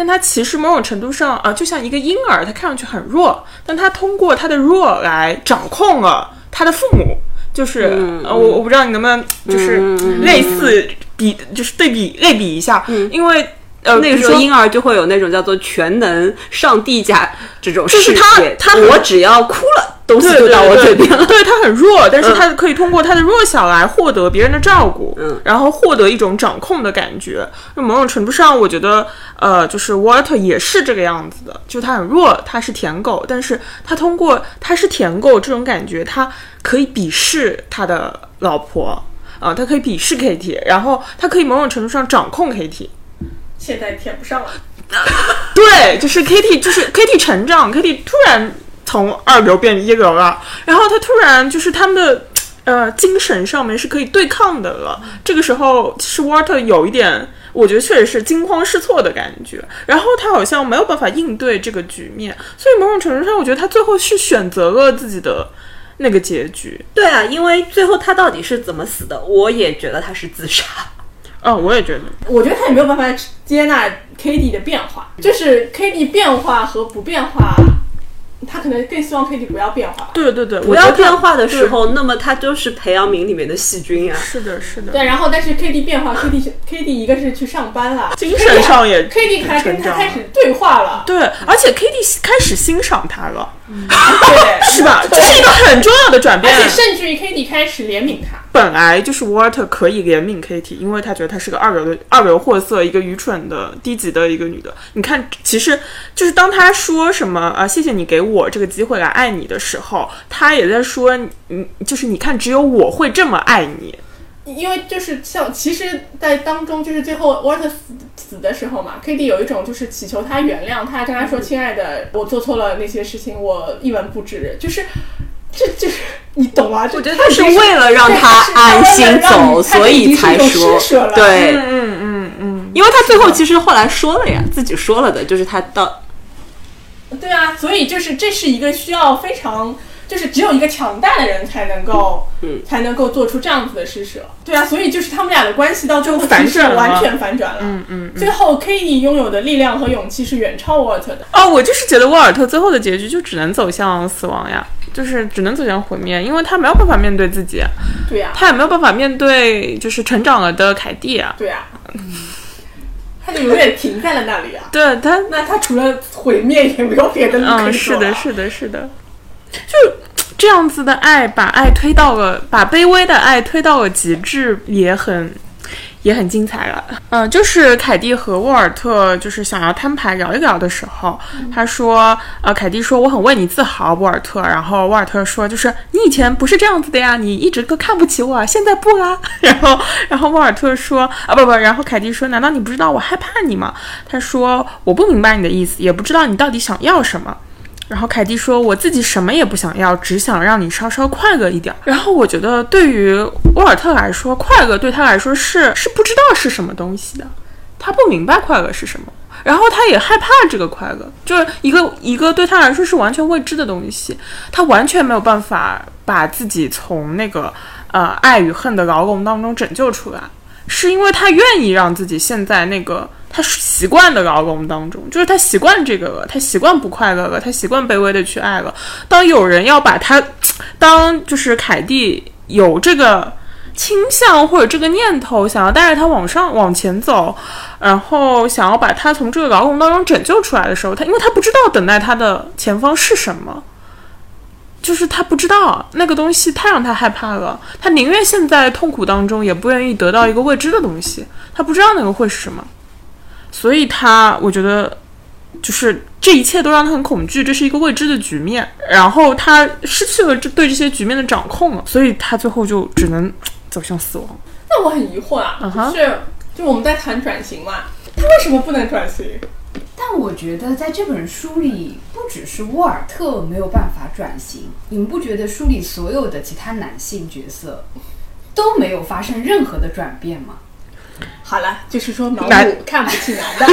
但他其实某种程度上就像一个婴儿，他看上去很弱，但他通过他的弱来掌控了他的父母。就是我不知道你能不能就是类似比就是对比类比一下，因为那个时候婴儿就会有那种叫做全能上帝家这种视野，就是他我只要哭了东西就到我嘴边了。 对，他很弱，但是他可以通过他的弱小来获得别人的照顾，然后获得一种掌控的感觉。那某种程度上我觉得就是 Walter 也是这个样子的，就是他很弱，他是舔狗，但是他通过他是舔狗这种感觉，他可以鄙视他的老婆他可以鄙视 Katie， 然后他可以某种程度上掌控 Katie。 现在舔不上了。 对，就是 Katie 成长 ，Katie 突然从2流变1流了，然后他突然就是他们的精神上面是可以对抗的了。这个时候其实 Walter 有一点，我觉得确实是惊慌失措的感觉，然后他好像没有办法应对这个局面，所以某种程度上我觉得他最后是选择了自己的那个结局。 对啊，因为最后他到底是怎么死的，我也觉得他是自杀。 我也觉得， 我觉得他也没有办法接纳 Katie 的变化，就是 Katie 变化和不变化，他可能更希望 Katie 不要变化。 对， 不要变化的时候，那么他就是培养皿里面的细菌呀。 是的。 对，然后但是 Katie 变化 ，Katie 一个是去上班了， 精神上也 Katie 还跟他开始对话了。 对，而且 Katie 开始欣赏他了， 对， 是吧？这是一个很重要的转变， 而且甚至于 Katie 开始怜悯他。 本来就是 Walter 可以怜悯 Katie， 因为他觉得她是个二流货色，一个愚蠢的低级的一个女的。你看，其实就是当他说什么谢谢你给我这个机会来爱你的时候，他也在说就是你看，只有我会这么爱你。 因为就是像，其实，在当中就是最后 Walter 死的时候嘛 ，Katie 有一种就是祈求他原谅，他跟他说：“亲爱的，我做错了那些事情，我一文不值。”这就是你懂啊？ 我觉得他是为了让他安心走，所以才说对，因为他最后其实后来说了呀，自己说了的，就是他到对啊，所以就是这是一个需要非常。就是只有一个强大的人才能够做出这样子的施舍。对啊，所以就是他们俩的关系到最后其实完全反转了。最后 Katie 拥有的力量和勇气是远超沃尔特的。 我就是觉得沃尔特最后的结局就只能走向死亡呀，就是只能走向毁灭，因为他没有办法面对自己。 对呀， 他也没有办法面对就是成长了的凯蒂啊。 对呀。他就永远停在了那里啊。 对那他除了毁灭也没有别的路可以走啊。 是的。就这样子的爱，把卑微的爱推到了极致，也很精彩了。就是凯蒂和沃尔特就是想要摊牌聊一聊的时候，他说凯蒂说我很为你自豪，沃尔特。然后沃尔特说就是你以前不是这样子的呀，你一直都看不起我，现在不啦。然后沃尔特说不，然后凯蒂说难道你不知道我害怕你吗？他说我不明白你的意思，也不知道你到底想要什么。然后凯蒂说我自己什么也不想要，只想让你稍稍快乐一点。然后我觉得对于沃尔特来说，快乐对他来说是不知道是什么东西的，他不明白快乐是什么，然后他也害怕这个快乐，就是一个对他来说是完全未知的东西，他完全没有办法把自己从那个爱与恨的牢笼当中拯救出来，是因为他愿意让自己陷在那个他习惯的牢笼当中，就是他习惯这个了，他习惯不快乐了，他习惯卑微的去爱了。当有人要把他，就是凯蒂有这个倾向或者这个念头，想要带着他往前走，然后想要把他从这个牢笼当中拯救出来的时候，因为他不知道等待他的前方是什么。就是他不知道那个东西太让他害怕了，他宁愿陷在痛苦当中，也不愿意得到一个未知的东西，他不知道那个会是什么。所以我觉得就是这一切都让他很恐惧，这是一个未知的局面，然后他失去了对这些局面的掌控了，所以他最后就只能走向死亡。 那我很疑惑啊，就我们在谈转型嘛，他为什么不能转型？ 但我觉得在这本书里，不只是沃尔特没有办法转型，你们不觉得书里所有的其他男性角色都没有发生任何的转变吗？ 好了，就是说毛姆看不起男的。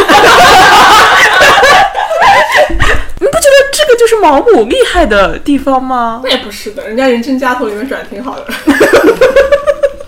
你不觉得这个就是毛姆厉害的地方吗？ 那也不是的，人家《人生家头》里面转挺好的。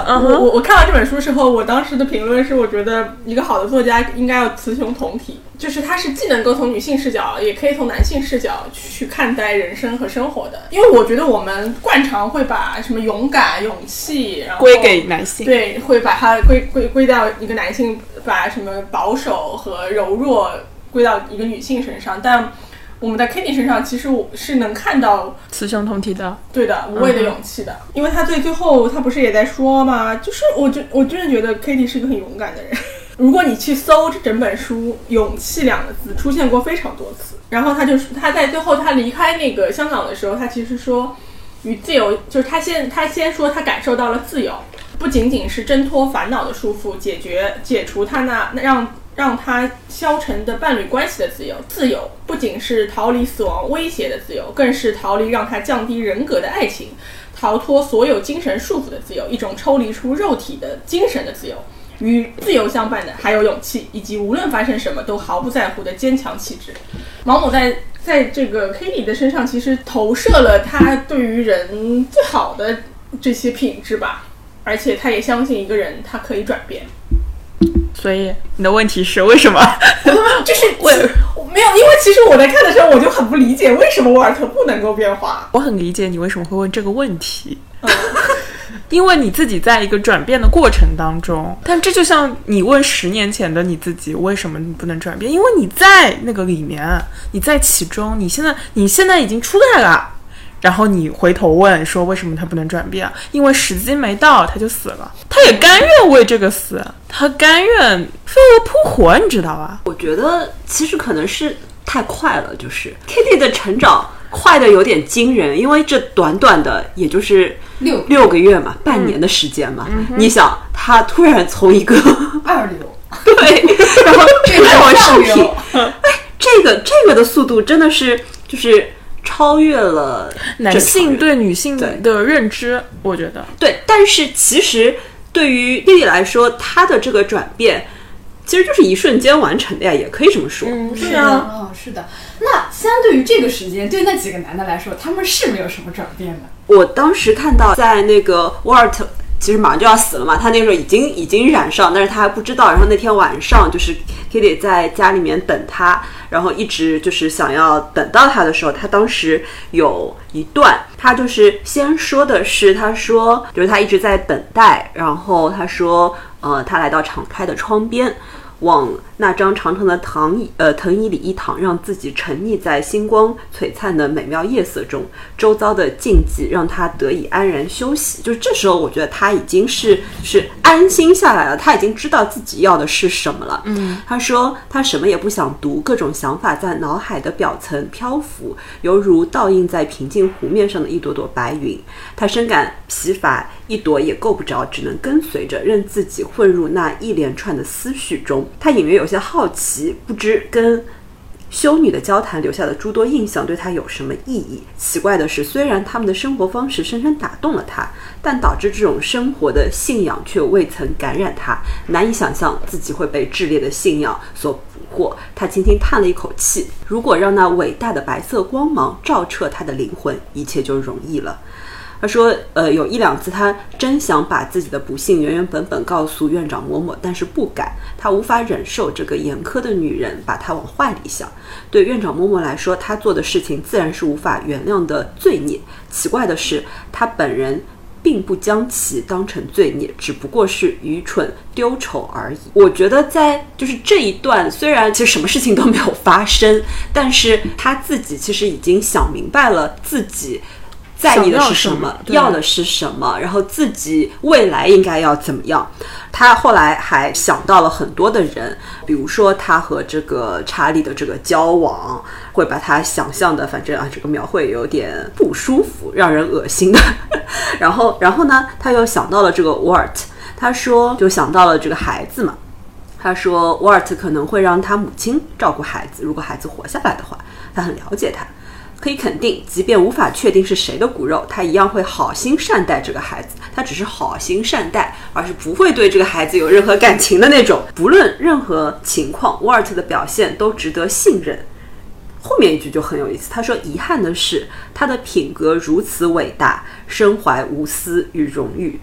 我看到这本书之后，我当时的评论是，我觉得一个好的作家应该要雌雄同体，就是他是既能够从女性视角，也可以从男性视角去看待人生和生活的。因为我觉得我们惯常会把什么勇敢、勇气，然后归给男性， 对，会把它归到一个男性，把什么保守和柔弱归到一个女性身上，但我们在 Kitty 身上其实我是能看到雌雄同体的， 对的，无畏的勇气的。因为他最后他不是也在说吗？就是我真的觉得 Kitty 是一个很勇敢的人。如果你去搜整本书，勇气两个字出现过非常多次。然后他在最后他离开那个香港的时候，他其实说与自由，就是他先说他感受到了自由，不仅仅是挣脱烦恼的束缚，解除他那让他消沉的伴侣关系的自由。自由不仅是逃离死亡威胁的自由，更是逃离让他降低人格的爱情，逃脱所有精神束缚的自由，一种抽离出肉体的精神的自由。与自由相伴的还有勇气，以及无论发生什么都毫不在乎的坚强气质。毛姆在这个 Kitty 的身上其实投射了他对于人最好的这些品质吧，而且他也相信一个人他可以转变。 所以你的问题是为什么？ 就是没有，因为其实我在看的时候我就很不理解为什么沃尔特不能够变化。 我很理解你为什么会问这个问题。因为你自己在一个转变的过程当中，但这就像你问10年前的你自己为什么你不能转变，因为你在那个里面，你在其中，你现在已经出来了，然后你回头问说为什么他不能转变，因为时机没到他就死了，他也甘愿为这个死，他甘愿飞蛾扑火，你知道吧？ 我觉得其实可能是太快了，就是 Kitty 的成长快的有点惊人，因为这短短的也就是6个月嘛，半年的时间嘛，你想他突然从一个 2流， 对，然后这个视频，这个的速度真的是就是超越了男性对女性的认知，我觉得对。但是其实对于莉莉来说，她的这个转变其实就是一瞬间完成的呀，也可以这么说。 是啊，是的。那相对于这个时间，对那几个男的来说，他们是没有什么转变的。 我当时看到在那个沃尔特其实马上就要死了嘛，他那个时候已经染上，但是他还不知道。然后那天晚上就是 Kitty 在家里面等他，然后一直就是想要等到他的时候，他当时有一段，他就是先说的是，他说就是他一直在等待，然后他说他来到敞开的窗边，往那张长长的藤椅里一躺，让自己沉溺在星光璀璨的美妙夜色中，周遭的静寂让他得以安然休息。就是这时候我觉得他已经是安心下来了，他已经知道自己要的是什么了。他说他什么也不想读，各种想法在脑海的表层漂浮，犹如倒映在平静湖面上的一朵朵白云。他深感疲乏，一朵也够不着，只能跟随着，任自己混入那一连串的思绪中。他隐约有些好奇，不知跟修女的交谈留下的诸多印象对他有什么意义。奇怪的是，虽然他们的生活方式深深打动了他，但导致这种生活的信仰却未曾感染他，难以想象自己会被炽烈的信仰所捕获。他轻轻叹了一口气，如果让那伟大的白色光芒照彻他的灵魂，一切就容易了。他说有一两次他真想把自己的不幸原原本本告诉院长嬷嬷，但是不敢，他无法忍受这个严苛的女人把他往坏里想。对院长嬷嬷来说，他做的事情自然是无法原谅的罪孽。奇怪的是，他本人并不将其当成罪孽，只不过是愚蠢丢丑而已。我觉得在就是这一段，虽然其实什么事情都没有发生，但是他自己其实已经想明白了自己在意的是什么，要的是什么，然后自己未来应该要怎么样。他后来还想到了很多的人，比如说他和这个查理的这个交往，会把他想象的反正这个描绘有点不舒服，让人恶心的。然后呢，他又想到了这个沃尔特，他说就想到了这个孩子嘛。他说沃尔特可能会让他母亲照顾孩子，如果孩子活下来的话，他很了解他。可以肯定，即便无法确定是谁的骨肉，他一样会好心善待这个孩子。他只是好心善待，而是不会对这个孩子有任何感情的那种。不论任何情况，沃尔特的表现都值得信任。后面一句就很有意思，他说遗憾的是，他的品格如此伟大，身怀无私与荣誉，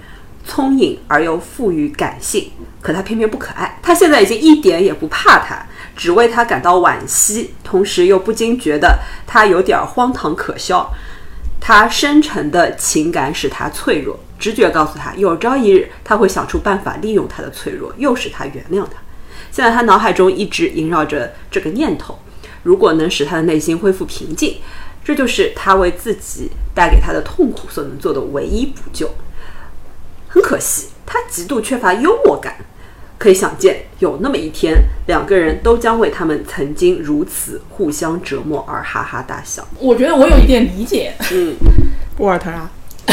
聪颖而又富于感性，可他偏偏不可爱。他现在已经一点也不怕他，只为他感到惋惜，同时又不禁觉得他有点荒唐可笑。他深沉的情感使他脆弱，直觉告诉他，有朝一日他会想出办法利用他的脆弱，诱使他原谅他。现在他脑海中一直萦绕着这个念头，如果能使他的内心恢复平静，这就是他为自己带给他的痛苦所能做的唯一补救。很可惜，他极度缺乏幽默感，可以想见，有那么一天，两个人都将为他们曾经如此互相折磨而哈哈大笑。 我觉得我有一点理解， 沃尔特啊，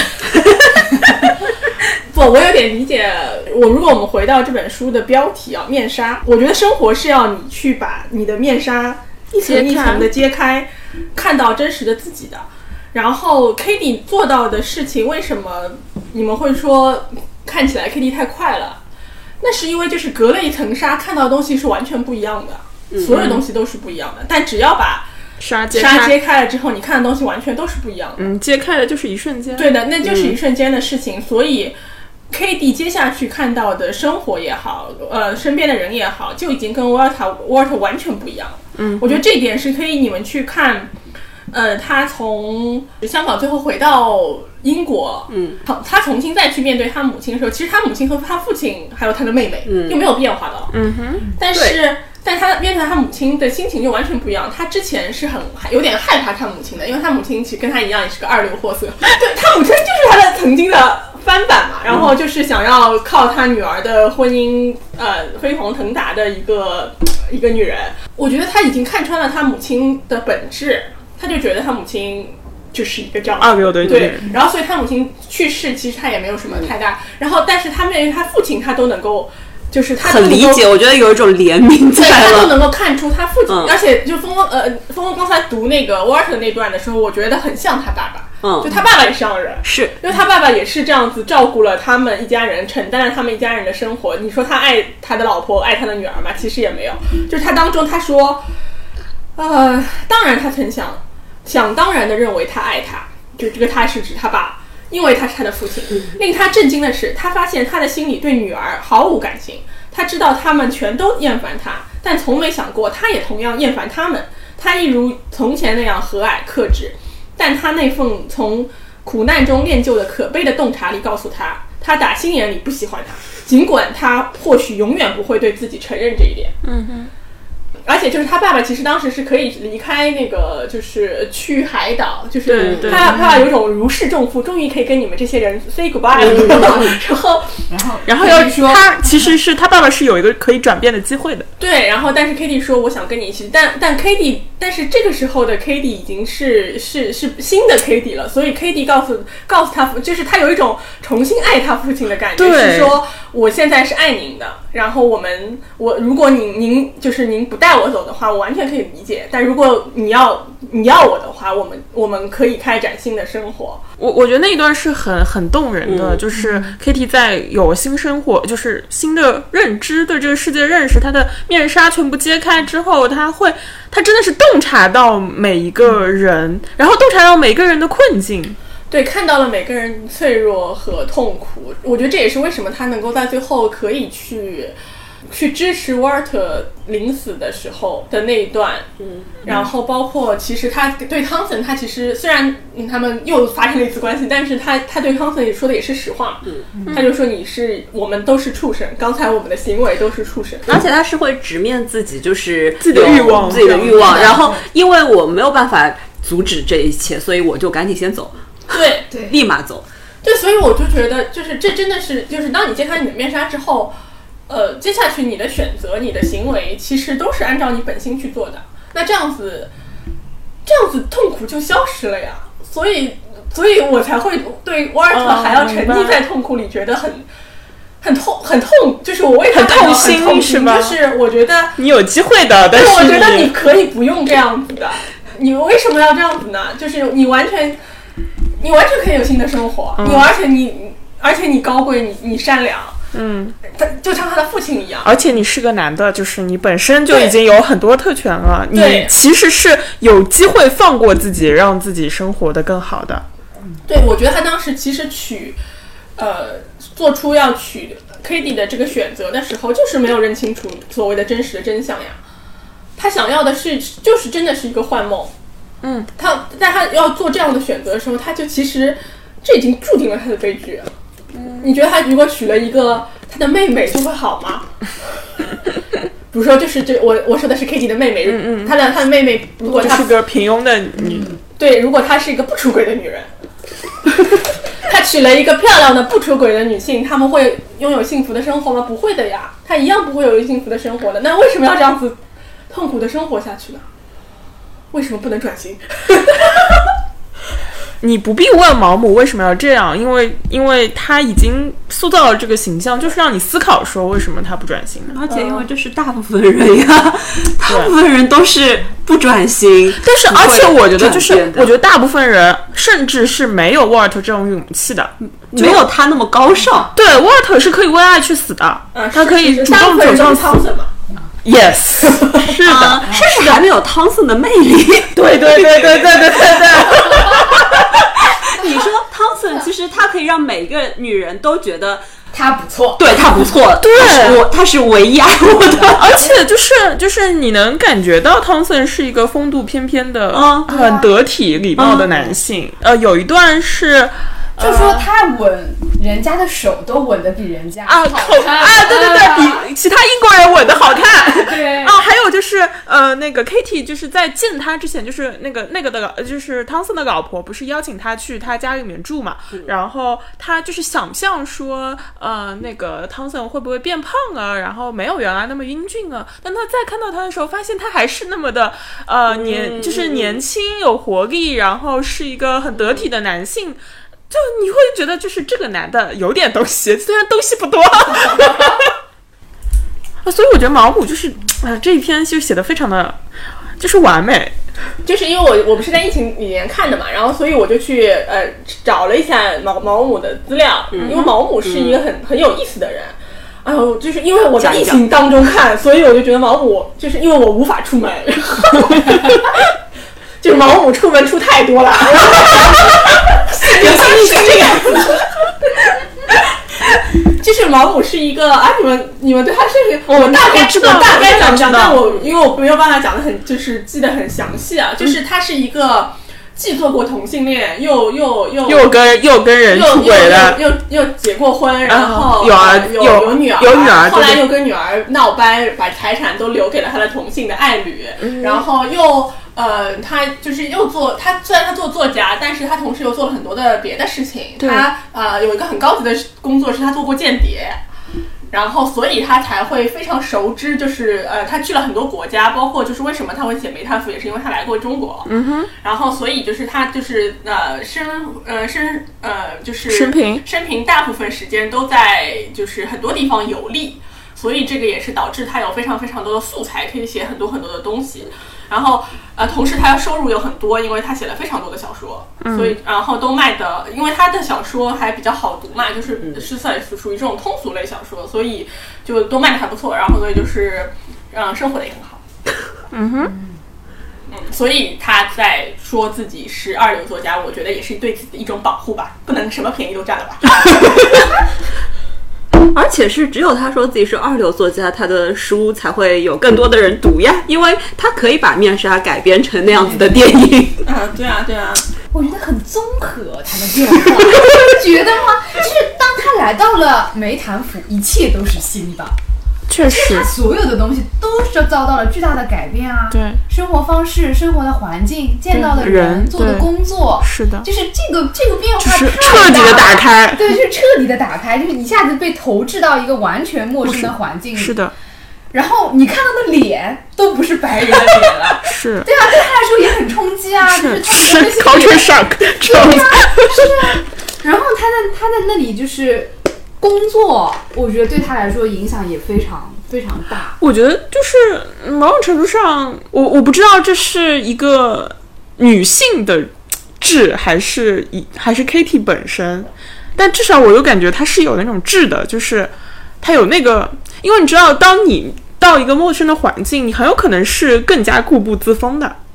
不，我有点理解。如果我们回到这本书的标题啊，面纱，我觉得生活是要你去把你的面纱一层一层的揭开，看到真实的自己的。然后 Cady 做到的事情，为什么你们会说看起来 Cady 太快了？那是因为就是隔了一层纱，看到的东西是完全不一样的，所有东西都是不一样的。但只要把纱揭开了之后，你看的东西完全都是不一样的。 揭开了就是一瞬间。对的，那就是一瞬间的事情。所以 Cady 接下去看到的生活也好，身边的人也好，就已经跟 Walter 完全不一样了。我觉得这一点是可以你们去看。他从香港最后回到英国，他重新再去面对他母亲的时候，其实他母亲和他父亲还有他的妹妹又没有变化的了。但他面对他母亲的心情就完全不一样。他之前是有点害怕他母亲的，因为他母亲其实跟他一样也是个二流货色，对，他母亲就是他的曾经的翻版嘛，然后就是想要靠他女儿的婚姻飞黄腾达的一个女人。我觉得他已经看穿了他母亲的本质。他就觉得他母亲就是一个这样二流的对，然后所以他母亲去世，其实他也没有什么太大。然后，但是他面对他父亲，他都能够，就是他很理解，我觉得有一种怜悯在了。 对，他都能够看出他父亲，而且就峰峰刚才读那个 Walter 那段的时候，我觉得很像他爸爸。就他爸爸也是这样的人， 是因为他爸爸也是这样子照顾了他们一家人，承担了他们一家人的生活。你说他爱他的老婆，爱他的女儿吗？其实也没有。就是他当中他说，当然他曾想当然的认为他爱他，就这个他是指他爸，因为他是他的父亲。令他震惊的是，他发现他的心里对女儿毫无感情。他知道他们全都厌烦他，但从没想过他也同样厌烦他们。他一如从前那样和蔼克制，但他那份从苦难中练就的可悲的洞察力告诉他，他打心眼里不喜欢他，尽管他或许永远不会对自己承认这一点。而且就是他爸爸其实当时是可以离开那个，就是去海岛，就是他爸爸有种如释重负，终于可以跟你们这些人 say goodbye 了。 然后要说他其实是他爸爸是有一个可以转变的机会的。 对，然后但是 Cady 说我想跟你一起，但是这个时候的 Cady 已经是新的 Cady 了，所以 Cady 告诉他，就是他有一种重新爱他父亲的感觉，是说我现在是爱您的，然后如果您就是您不带我走的话，我完全可以理解，但如果你要我的话，我们可以开展新的生活。 我觉得那一段是很动人的，就是 Cady 在有新生活，就是新的认知，对这个世界认识，他的面纱全部揭开之后，他真的是洞察到每一个人，然后洞察到每个人的困境。 对，看到了每个人脆弱和痛苦。我觉得这也是为什么他能够在最后可以去支持 Walter 临死的时候的那一段。然后包括其实他对汤森，他其实虽然他们又发生了一次关系，但是他对汤森说的也是实话。他就说我们都是畜生，刚才我们的行为都是畜生。 而且他是会直面自己，就是自己的欲望， 然后因为我没有办法阻止这一切，所以我就赶紧先走。 对， 立马走。 对，所以我就觉得，就是这真的是，就是当你揭开你的面纱之后，接下去你的选择、你的行为，其实都是按照你本心去做的。那这样子痛苦就消失了呀。所以我才会对 Walter 还要沉溺在痛苦里，觉得很痛，就是我为他感到很痛心，就是我觉得你有机会的，但是我觉得你可以不用这样子的。你为什么要这样子呢？就是你完全可以有新的生活，而且你高贵，你善良，就像他的父亲一样。 而且你是个男的，就是你本身就已经有很多特权了，你其实是有机会放过自己，让自己生活得更好的。 对，我觉得他当时其实做出要娶 Katie 的这个选择的时候，就是没有认清楚所谓的真实的真相呀。他想要的是，就是真的是一个幻梦。但他要做这样的选择的时候，他就其实这已经注定了他的悲剧。你觉得他如果娶了一个他的妹妹就会好吗？比如说，就是我说的是 Katie 的妹妹，他的妹妹如果她是个平庸的女， 对，如果她是一个不出轨的女人，他娶了一个漂亮的不出轨的女性，他们会拥有幸福的生活吗？不会的呀，他一样不会有幸福的生活的。那为什么要这样子痛苦的生活下去呢？为什么不能转型？ 你不必问毛姆为什么要这样，因为他已经塑造了这个形象，就是让你思考说为什么他不转型呢？ 而且因为这是大部分人呀，大部分人都是不转型。 但是而且我觉得我觉得大部分人甚至是没有沃尔特这种勇气的， 没有他那么高尚。 对，沃尔特是可以为爱去死的，他可以主动走向死。Yes， 是的， 甚至还没有汤森的魅力。 对。 你说汤森其实他可以让每一个女人都觉得他不错， 对他不错， 对， 他是唯一爱我的， 而且就是你能感觉到汤森是一个风度翩翩的、很得体、礼貌的男性。有一段是。 就说他吻人家的手都吻得比人家好看对，比其他英国人吻得好看。 对还有就是那个 Katie 就是在见他之前，就是那个的就是汤森的老婆不是邀请他去他家里面住嘛，然后他就是想象说那个汤森会不会变胖了，然后没有原来那么英俊了，但他再看到他的时候发现他还是那么的就是年轻有活力，然后是一个很得体的男性。就你会觉得就是这个男的有点东西，虽然东西不多。所以我觉得毛姆就是这一篇就写的非常的就是完美。 就是因为我不是在疫情里面看的嘛，然后所以我就去找了一下毛姆的资料，因为毛姆是一个很有意思的人。就是因为我在疫情当中看，所以我就觉得毛姆就是因为我无法出门。就是毛姆出门出太多了，是这样子。就是毛姆是一个你们对他是我大概讲讲，但因为我没有办法讲的很就是记得很详细啊。就是他是一个既做过同性恋，又跟人出轨的， 又结过婚，然后有女儿，后来又跟女儿闹掰，把财产都留给了他的同性的爱侣，然后又。他就是他虽然他做作家，但是他同时又做了很多的别的事情。他有一个很高级的工作是他做过间谍，然后所以他才会非常熟知，就是他去了很多国家，包括就是为什么他会写梅探夫，也是因为他来过中国。然后所以就是他就是就是生平大部分时间都在就是很多地方游历，所以这个也是导致他有非常非常多的素材可以写很多很多的东西。然后同时他的收入有很多，因为他写了非常多的小说，所以然后都卖的，因为他的小说还比较好读嘛，就是属于这种通俗类小说，所以就都卖的还不错，然后所以就是生活的也很好。所以他在说自己是二流作家，我觉得也是对自己的一种保护吧，不能什么便宜都占了吧。 而且是只有他说自己是二流作家，他的书才会有更多的人读呀，因为他可以把面纱改编成那样子的电影。 对啊。 我觉得很综合他的变化，觉得吗？就是当他来到了梅坦府，一切都是新的。 确实， 他所有的东西都是遭到了巨大的改变啊！ 对， 生活方式、生活的环境、见到的人、做的工作， 是的， 就是这个变化就是彻底的打开。 对，就是彻底的打开，就是一下子被投掷到一个完全陌生的环境里。 是的。 然后你看到的脸都不是白人的脸了， 是。 对啊，对他来说也很冲击啊，就是他的那些 culture shock， 对啊，是啊。然后他在那里就是工作，我觉得对他来说影响也非常非常大。 我觉得就是某种程度上，我不知道这是一个女性的质还是 Katie 本身，但至少我有感觉她是有那种质的，就是她有那个，因为你知道，当你到一个陌生的环境，你很有可能是更加固步自封的。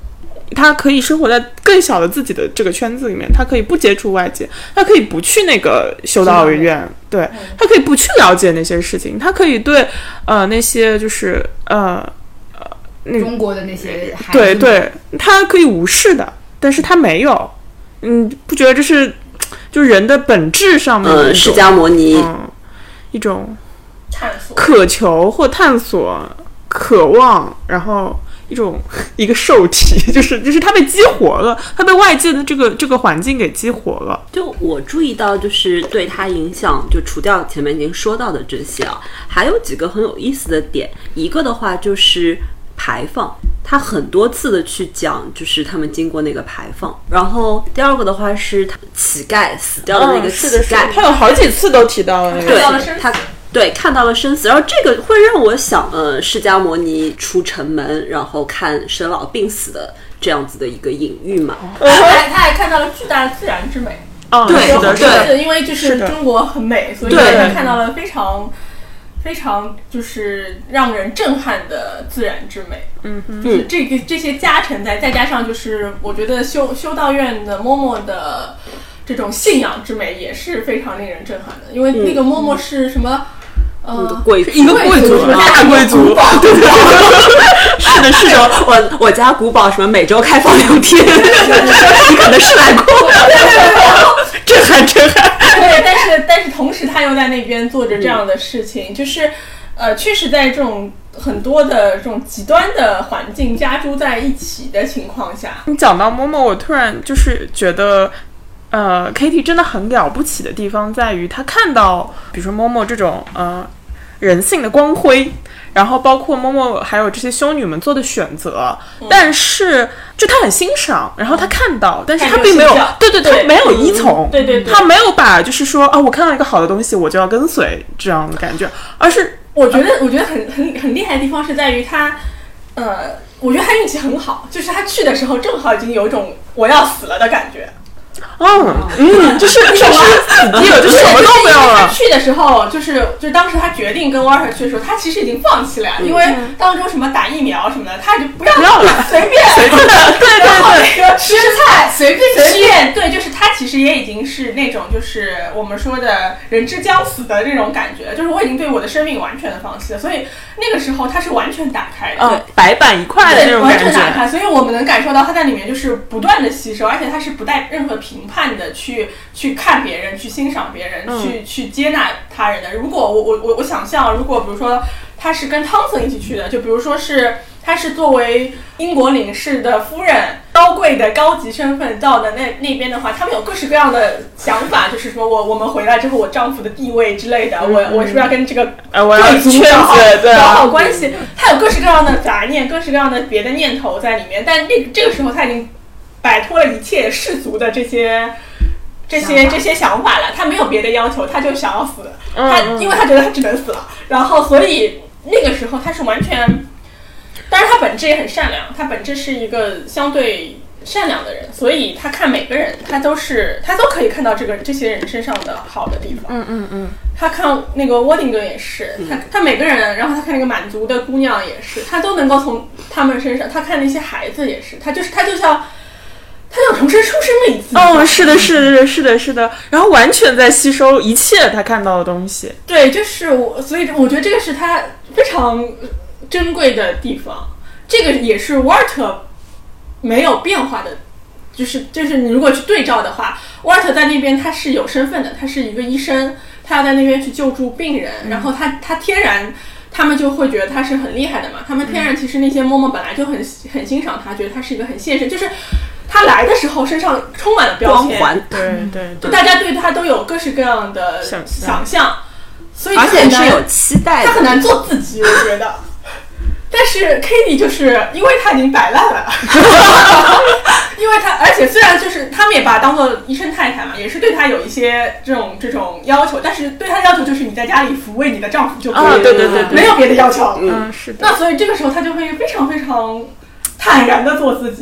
他可以生活在更小的自己的这个圈子里面，他可以不接触外界，他可以不去那个修道院，对，他可以不去了解那些事情，他可以对那些就是中国的那些孩子， 对对，他可以无视的，但是他没有，不觉得这是就是人的本质上面的释迦牟尼一种探索、 渴求或探索、渴望，然后一个受体，就是他被激活了，他被外界的这个环境给激活了。 就我注意到，就是对他影响，就除掉前面已经说到的这些啊，还有几个很有意思的点。一个的话就是排放，他很多次的去讲，就是他们经过那个排放。然后第二个的话是乞丐死掉的那个乞丐， 他有好几次都提到了那个， 对，他对看到了生死。然后这个会让我想，释迦牟尼出城门，然后看生老病死的这样子的一个隐喻嘛。 他还看到了巨大的自然之美。 对是的， 对，因为就是中国很美，所以他看到了非常非常就是让人震撼的自然之美。就是这些加成再加上就是我觉得修道院的嬷嬷的这种信仰之美也是非常令人震撼的，因为那个嬷嬷是什么？ 一个贵族，大贵族，对，是的， 我家古堡什么每周开放2天，你可能是来过， 震撼。 对，但是同时他又在那边做着这样的事情，就是确实在这种很多的这种极端的环境加诸在一起的情况下， 你讲到嬷嬷，我突然就是觉得。Katie 真的很了不起的地方在于，她看到，比如说嬷嬷这种人性的光辉，然后包括嬷嬷还有这些修女们做的选择，但是就她很欣赏，然后她看到，但是她并没有，对，她没有依从， 对， 她没有把就是说我看到一个好的东西我就要跟随这样的感觉，而是我觉得很厉害的地方是在于她，我觉得她运气很好，就是她去的时候正好已经有一种我要死了的感觉。 就是死地了，就什么都没有了。 他去的时候，就当时他决定跟 Walter 去的时候，他其实已经放弃了，因为当中什么打疫苗什么的，他就不要了，随便，对，然后那个吃菜随便，对，就是他其实也已经是那种就是我们说的人之将死的那种感觉，就是我已经对我的生命完全的放弃了，所以那个时候他是完全打开的， 白板一块的那种感觉， 完全打开，所以我们能感受到他在里面就是不断的吸收，而且他是不带任何评判的去看别人，去欣赏别人，去接纳他人的。如果我想象，如果比如说他是跟汤森一起去的，就比如说是他是作为英国领事的夫人，高贵的高级身份到的那边的话，他们有各式各样的想法，就是说我们回来之后，我丈夫的地位之类的，我是不是要跟这个贵族搞好关系？他有各式各样的杂念，各式各样的别的念头在里面，但这个时候他已经摆脱了一切世俗的这些想法了，他没有别的要求，他就想要死，因为他觉得他只能死了，然后所以那个时候他是完全，当然他本质也很善良，他本质是一个相对善良的人，所以他看每个人他都可以看到这些人身上的好的地方。他看那个沃丁格也是，他每个人，然后他看那个满族的姑娘也是，他都能够从他们身上，他看那些孩子也是，他就像重新出生了一次。 是的，然后完全在吸收一切他看到的东西。对， 就是所以我觉得这个是他非常珍贵的地方。这个也是 Walter 没有变化的，就是你如果去对照的话 ，Walter 在那边他是有身份的，他是一个医生，他要在那边去救助病人，然后他天然。他们就会觉得他是很厉害的嘛，他们天然其实那些嬷嬷本来就很欣赏他，觉得他是一个很现实，就是他来的时候身上充满了标签， 光环， 对，大家对他都有各式各样的想象，所以而且是有期待的， 他很难做自己，我觉得。但是 Katie 就是因为他已经摆烂了，因为他，而且虽然就是他们也把他当做医生太太嘛，也是对他有一些这种要求，但是对他的要求就是你在家里抚慰你的丈夫就可以， 对， 没有别的要求。 是的。 那所以这个时候他就会非常非常坦然的做自己。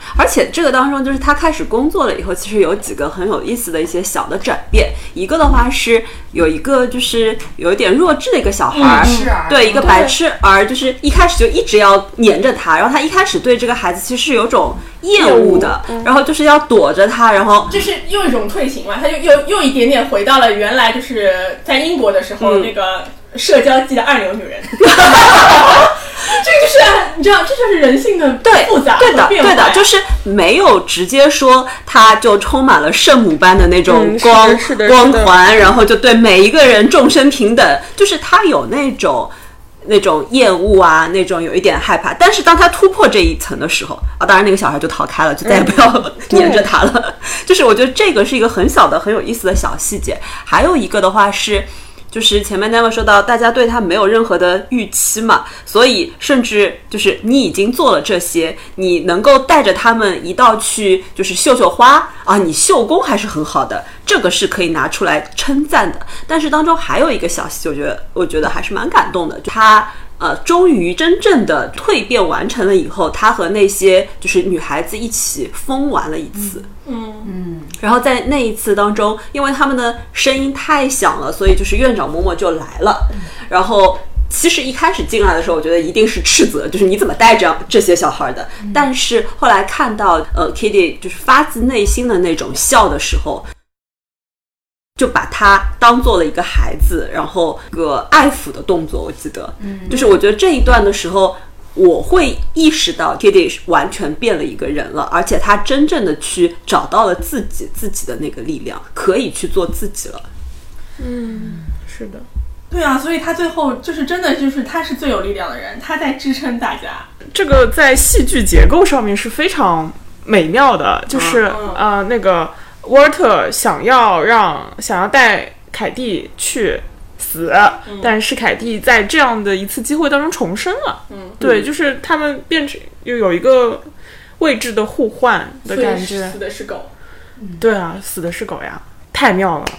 而且这个当中，就是他开始工作了以后，其实有几个很有意思的一些小的转变。一个的话是有一个就是有一点弱智的一个小孩，对，一个白痴儿，就是一开始就一直要黏着他，然后他一开始对这个孩子其实是有种厌恶的，然后就是要躲着他，然后就是又一种退行嘛，他就又一点点回到了原来就是在英国的时候那个社交界的二流女人。这个就是你知道，这就是人性的复杂和变化。 对的，就是没有直接说他就充满了圣母般的那种光环，然后就对每一个人众生平等，就是他有那种厌恶啊，那种有一点害怕。但是当他突破这一层的时候啊，当然那个小孩就逃开了，就再也不要黏着他了。就是我觉得这个是一个很小的很有意思的小细节。还有一个的话是，就是前面 Never 说到大家对他没有任何的预期嘛，所以甚至就是你已经做了这些，你能够带着他们一道去就是绣花啊，你绣工还是很好的，这个是可以拿出来称赞的。但是当中还有一个小细节，我觉得还是蛮感动的，就他终于真正的蜕变完成了以后，他和那些就是女孩子一起疯玩了一次。然后在那一次当中，因为他们的声音太响了，所以就是院长嬷嬷就来了。然后其实一开始进来的时候，我觉得一定是斥责，就是你怎么带这些小孩的。但是后来看到Kitty 就是发自内心的那种笑的时候，就把他当做了一个孩子，然后个爱抚的动作。我记得就是我觉得这一段的时候，我会意识到 Kitty 完全变了一个人了，而且他真正的去找到了自己的那个力量，可以去做自己了。 是的， 对啊，所以他最后就是真的就是他是最有力量的人，他在支撑大家。 这个在戏剧结构上面是非常美妙的，就是那个沃尔特想要带凯蒂去死，但是凯蒂在这样的一次机会当中重生了。对，就是他们变成又有一个位置的互换的感觉。 死的是狗。 对啊，死的是狗呀，太妙了。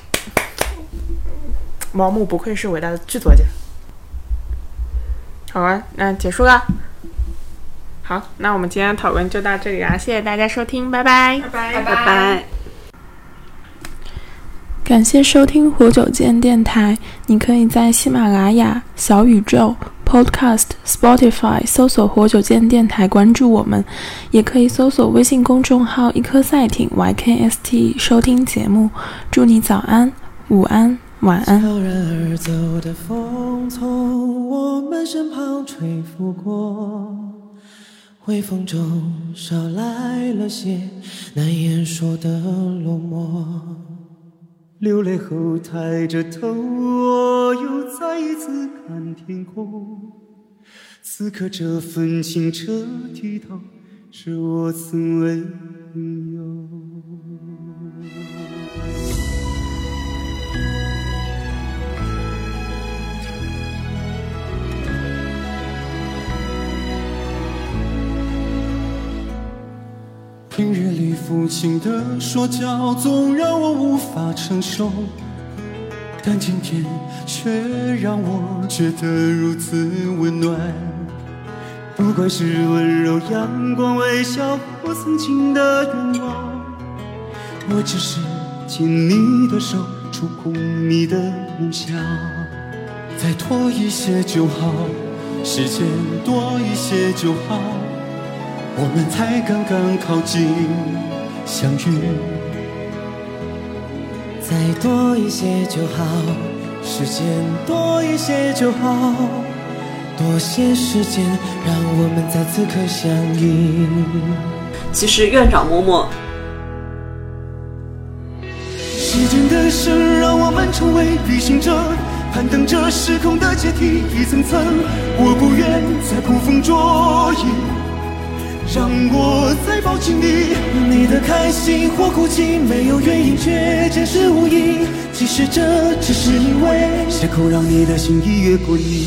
毛姆不愧是伟大的剧作家。好啊，那结束了。好，那我们今天的讨论就到这里啦，谢谢大家收听，拜拜， 拜拜。 感谢收听活久见电台，你可以在喜马拉雅、小宇宙、Podcast、Spotify 搜索活久见电台关注我们，也可以搜索微信公众号一颗赛艇 YKST 收听节目。祝你早安、午安、晚安。 悄然而走的风从我们身旁吹拂过，微风中捎来了些难言说的落寞，流泪后抬着头，我又再一次看天空。此刻这份清澈剔透，是我曾未拥有。平日里父亲的说教总让我无法承受，但今天却让我觉得如此温暖。不管是温柔、阳光、微笑或曾经的愿望，我只是牵你的手，触碰你的梦想。再多一些就好，时间多一些就好，我们才刚刚靠近相遇。再多一些就好，时间多一些就好，多些时间让我们在此刻相遇。 其实院长嬷嬷， 时间的声让我们成为旅行者，攀登着时空的阶梯一层层，我不愿在捕风捉影，让我再抱紧你。你的开心或哭泣没有原因，却真实无疑。其实这只是因为时空让你的心意越过你。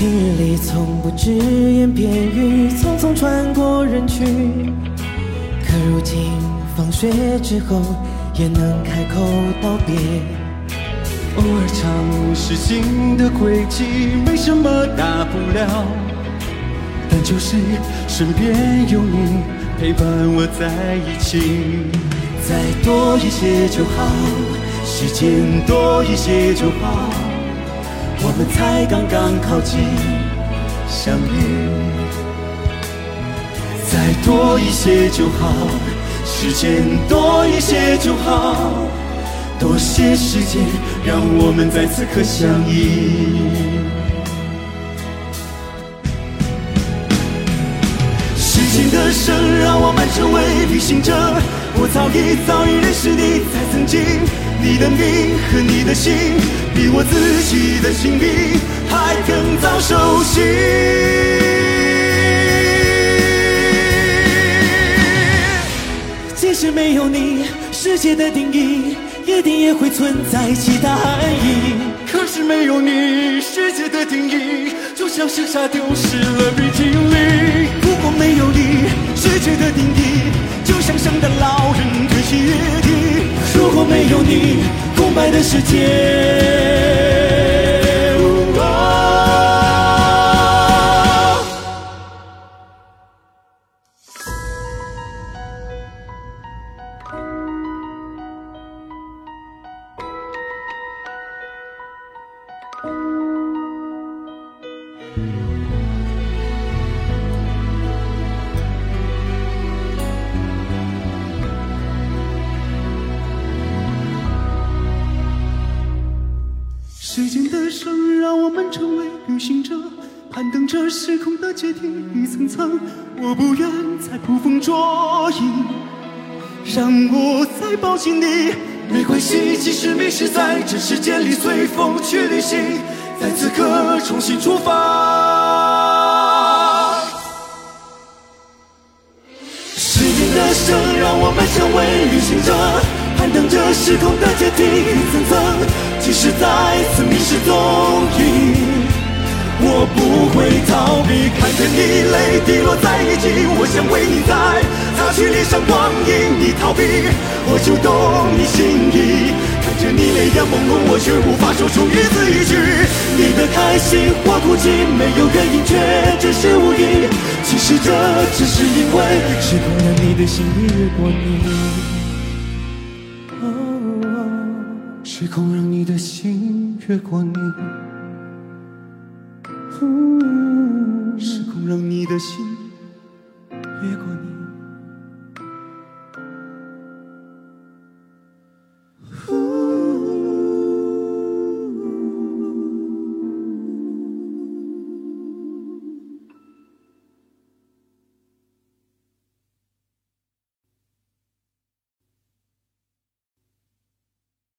平日里从不只言片语，匆匆穿过人群。可如今放学之后，也能开口道别。 偶尔尝试新的轨迹，没什么大不了，但就是身边有你陪伴我在一起。再多一些就好，时间多一些就好，我们才刚刚靠近相遇。再多一些就好，时间多一些就好，多些时间让我们在此刻相依。时间的声让我们成为旅行者，我早已认识你，在曾经，你的名和你的心，比我自己的姓名还更早熟悉。 即使没有你，世界的定义一定也会存在其他含义。 可是没有你，世界的定义就像是沙丢失了笔记里。 如果没有你，世界的定义就像圣诞老人推行月底。如果没有你，空白的世界。 时间的声让我们成为旅行者，攀登着时空的阶梯一层层，我不愿再捕风捉影，让我再抱紧你。没关系，即使迷失在这世界里，随风去旅行，在此刻重新出发。时间的声让我们成为旅行者，攀登着时空的阶梯一层层，即使再次迷失踪影，我不会逃避。看着你泪滴落在眼睛，我想为你再擦去脸上光阴。你逃避，我就懂你心意。看着你泪眼朦胧，我却无法说出一字一句。你的开心或哭泣，没有原因，却只是无意。其实这只是因为时空让你的心越过你。时空让你的心越过你，时空让你的心